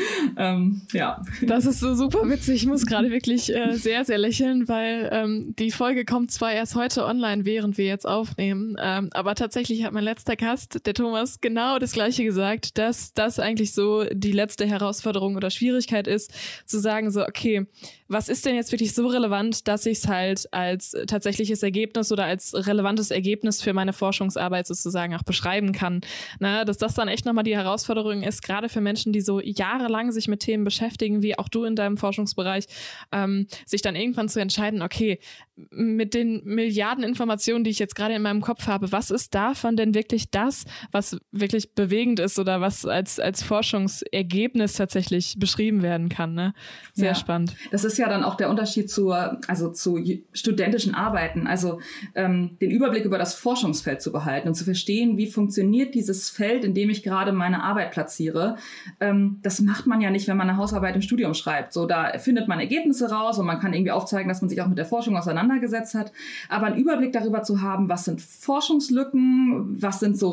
Ja. Das ist so super witzig. Ich muss gerade wirklich sehr, sehr lächeln, weil die Folge kommt zwar erst heute online, während wir jetzt aufnehmen, aber tatsächlich hat mein letzter Gast, der Thomas, genau das Gleiche gesagt, dass das eigentlich so die letzte Herausforderung oder Schwierigkeit ist, zu sagen so, okay, was ist denn jetzt wirklich so relevant, dass ich es halt als tatsächliches Ergebnis oder als relevantes Ergebnis für meine Forschungsarbeit sozusagen auch beschreiben kann. Na, dass das dann echt nochmal die Herausforderung ist, gerade für Menschen, die so jahrelang sich mit Themen beschäftigen, wie auch du in deinem Forschungsbereich, sich dann irgendwann zu entscheiden, okay, mit den Milliarden Informationen, die ich jetzt gerade in meinem Kopf habe, was ist davon denn wirklich das, was wirklich bewegend ist oder was als Forschungsergebnis tatsächlich beschrieben werden kann, ne? Sehr spannend. Das ist ja dann auch der Unterschied zu studentischen Arbeiten, also den Überblick über das Forschungsfeld zu behalten und zu verstehen, wie funktioniert dieses Feld, in dem ich gerade meine Arbeit platziere. Das macht man ja nicht, wenn man eine Hausarbeit im Studium schreibt. So, da findet man Ergebnisse raus und man kann irgendwie aufzeigen, dass man sich auch mit der Forschung auseinandergesetzt hat. Aber einen Überblick darüber zu haben, was sind Forschungslücken, was sind so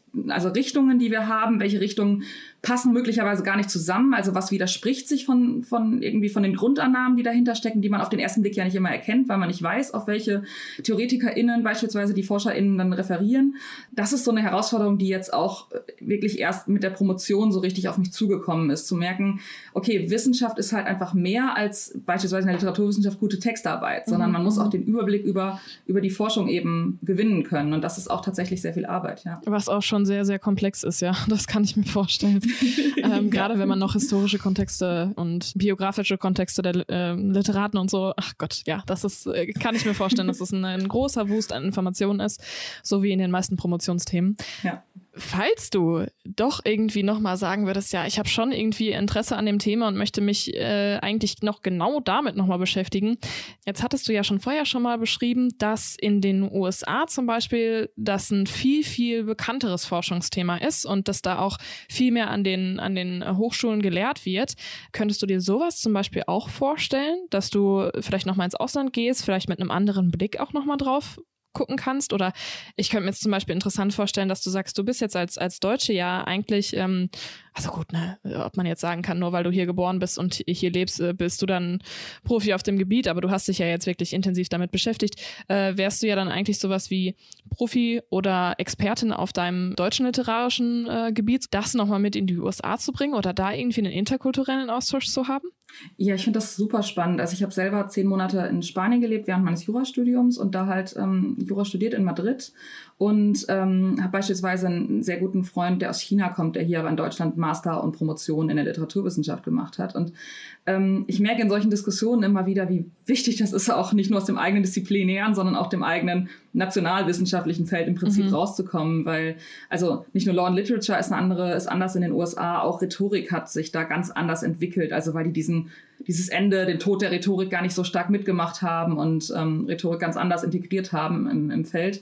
also Richtungen, die wir haben, welche Richtungen passen möglicherweise gar nicht zusammen, also was widerspricht sich von den Grundannahmen, die dahinter stecken, die man auf den ersten Blick ja nicht immer erkennt, weil man nicht weiß, auf welche TheoretikerInnen beispielsweise die ForscherInnen dann referieren. Das ist so eine Herausforderung, die jetzt auch wirklich erst mit der Promotion so richtig auf mich zugekommen ist, zu merken, okay, Wissenschaft ist halt einfach mehr als beispielsweise in der Literaturwissenschaft gute Textarbeit, sondern man muss auch den Überblick über die Forschung eben gewinnen können, und das ist auch tatsächlich sehr viel Arbeit, ja. Was auch schon sehr, sehr komplex ist, ja, das kann ich mir vorstellen. Gerade wenn man noch historische Kontexte und biografische Kontexte der Literaten und so, ach Gott, ja, das ist, kann ich mir vorstellen, dass es ein großer Wust an Informationen ist, so wie in den meisten Promotionsthemen. Ja. Falls du doch irgendwie nochmal sagen würdest, ja, ich habe schon irgendwie Interesse an dem Thema und möchte mich eigentlich noch genau damit nochmal beschäftigen. Jetzt hattest du ja vorher schon mal beschrieben, dass in den USA zum Beispiel das ein viel, viel bekannteres Forschungsthema ist und dass da auch viel mehr an den Hochschulen gelehrt wird. Könntest du dir sowas zum Beispiel auch vorstellen, dass du vielleicht nochmal ins Ausland gehst, vielleicht mit einem anderen Blick auch nochmal drauf gucken kannst? Oder ich könnte mir jetzt zum Beispiel interessant vorstellen, dass du sagst, du bist jetzt als Deutsche ja eigentlich, also gut, ne, ob man jetzt sagen kann, nur weil du hier geboren bist und hier lebst, bist du dann Profi auf dem Gebiet, aber du hast dich ja jetzt wirklich intensiv damit beschäftigt, wärst du ja dann eigentlich sowas wie Profi oder Expertin auf deinem deutschen literarischen Gebiet, das nochmal mit in die USA zu bringen oder da irgendwie einen interkulturellen Austausch zu haben? Ja, ich finde das super spannend. Also ich habe selber 10 Monate in Spanien gelebt während meines Jurastudiums und da halt Jura studiert in Madrid und habe beispielsweise einen sehr guten Freund, der aus China kommt, der hier aber in Deutschland Master und Promotion in der Literaturwissenschaft gemacht hat. Und ich merke in solchen Diskussionen immer wieder, wie wichtig das ist, auch nicht nur aus dem eigenen disziplinären, sondern auch dem eigenen nationalwissenschaftlichen Feld im Prinzip rauszukommen, weil also nicht nur Law and Literature ist anders in den USA, auch Rhetorik hat sich da ganz anders entwickelt, also weil die dieses Ende, den Tod der Rhetorik gar nicht so stark mitgemacht haben und Rhetorik ganz anders integriert haben im Feld.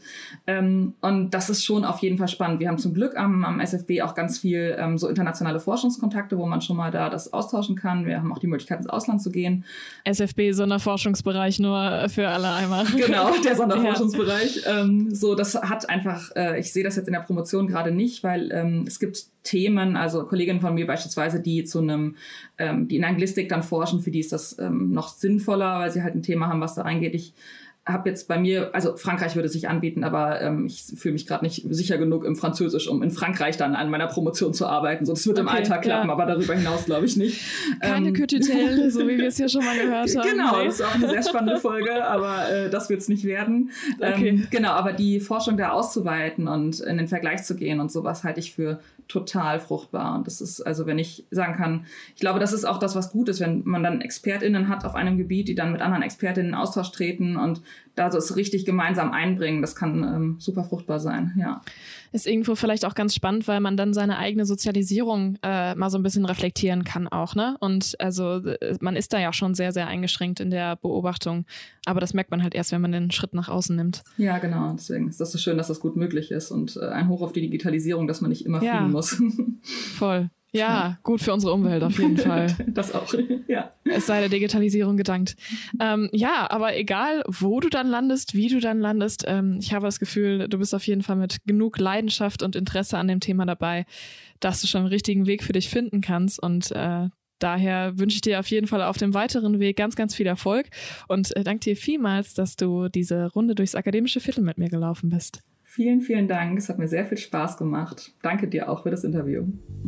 Und das ist schon auf jeden Fall spannend. Wir haben zum Glück am SFB auch ganz viel so internationale Forschungskontakte, wo man schon mal da das austauschen kann. Wir haben auch die Möglichkeit, ins Ausland zu gehen. SFB, Sonderforschungsbereich, nur für alle einmal. Genau, der Sonderforschungsbereich. So, das hat einfach, ich sehe das jetzt in der Promotion gerade nicht, weil es gibt Themen, also Kolleginnen von mir beispielsweise, die die in Anglistik dann forschen, für die ist das noch sinnvoller, weil sie halt ein Thema haben, was da reingeht. Ich habe jetzt bei mir, also Frankreich würde sich anbieten, aber ich fühle mich gerade nicht sicher genug im Französisch, um in Frankreich dann an meiner Promotion zu arbeiten. So, das wird im Alltag klappen, aber darüber hinaus glaube ich nicht. Keine Kütütel, so wie wir es hier schon mal gehört haben. Genau, das ist auch eine sehr spannende Folge, aber das wird es nicht werden. Genau, aber die Forschung da auszuweiten und in den Vergleich zu gehen und sowas halte ich für total fruchtbar. Und das ist, also wenn ich sagen kann, ich glaube, das ist auch das, was gut ist, wenn man dann ExpertInnen hat auf einem Gebiet, die dann mit anderen ExpertInnen in Austausch treten und da so es richtig gemeinsam einbringen. Das kann super fruchtbar sein, ja. Ist irgendwo vielleicht auch ganz spannend, weil man dann seine eigene Sozialisierung mal so ein bisschen reflektieren kann auch, ne? Und also man ist da ja schon sehr, sehr eingeschränkt in der Beobachtung. Aber das merkt man halt erst, wenn man den Schritt nach außen nimmt. Ja, genau. Deswegen ist das so schön, dass das gut möglich ist und ein Hoch auf die Digitalisierung, dass man nicht immer fliegen muss. Voll. Ja, gut für unsere Umwelt auf jeden Fall. Das auch, ja. Es sei der Digitalisierung gedankt. Ja, aber egal, wo du dann landest, wie du dann landest, ich habe das Gefühl, du bist auf jeden Fall mit genug Leidenschaft und Interesse an dem Thema dabei, dass du schon den richtigen Weg für dich finden kannst und daher wünsche ich dir auf jeden Fall auf dem weiteren Weg ganz, ganz viel Erfolg und danke dir vielmals, dass du diese Runde durchs akademische Viertel mit mir gelaufen bist. Vielen, vielen Dank. Es hat mir sehr viel Spaß gemacht. Danke dir auch für das Interview.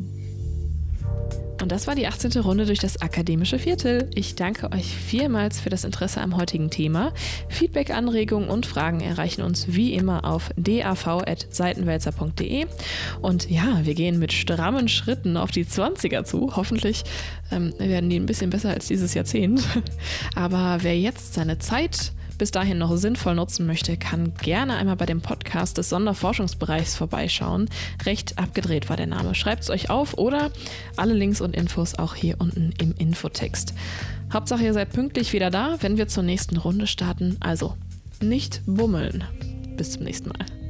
Und das war die 18. Runde durch das akademische Viertel. Ich danke euch vielmals für das Interesse am heutigen Thema. Feedback, Anregungen und Fragen erreichen uns wie immer auf dav@seitenwälzer.de. Und ja, wir gehen mit strammen Schritten auf die 20er zu. Hoffentlich werden die ein bisschen besser als dieses Jahrzehnt. Aber wer jetzt seine Zeit bis dahin noch sinnvoll nutzen möchte, kann gerne einmal bei dem Podcast des Sonderforschungsbereichs vorbeischauen. Recht abgedreht war der Name. Schreibt es euch auf oder alle Links und Infos auch hier unten im Infotext. Hauptsache, ihr seid pünktlich wieder da, wenn wir zur nächsten Runde starten. Also nicht bummeln. Bis zum nächsten Mal.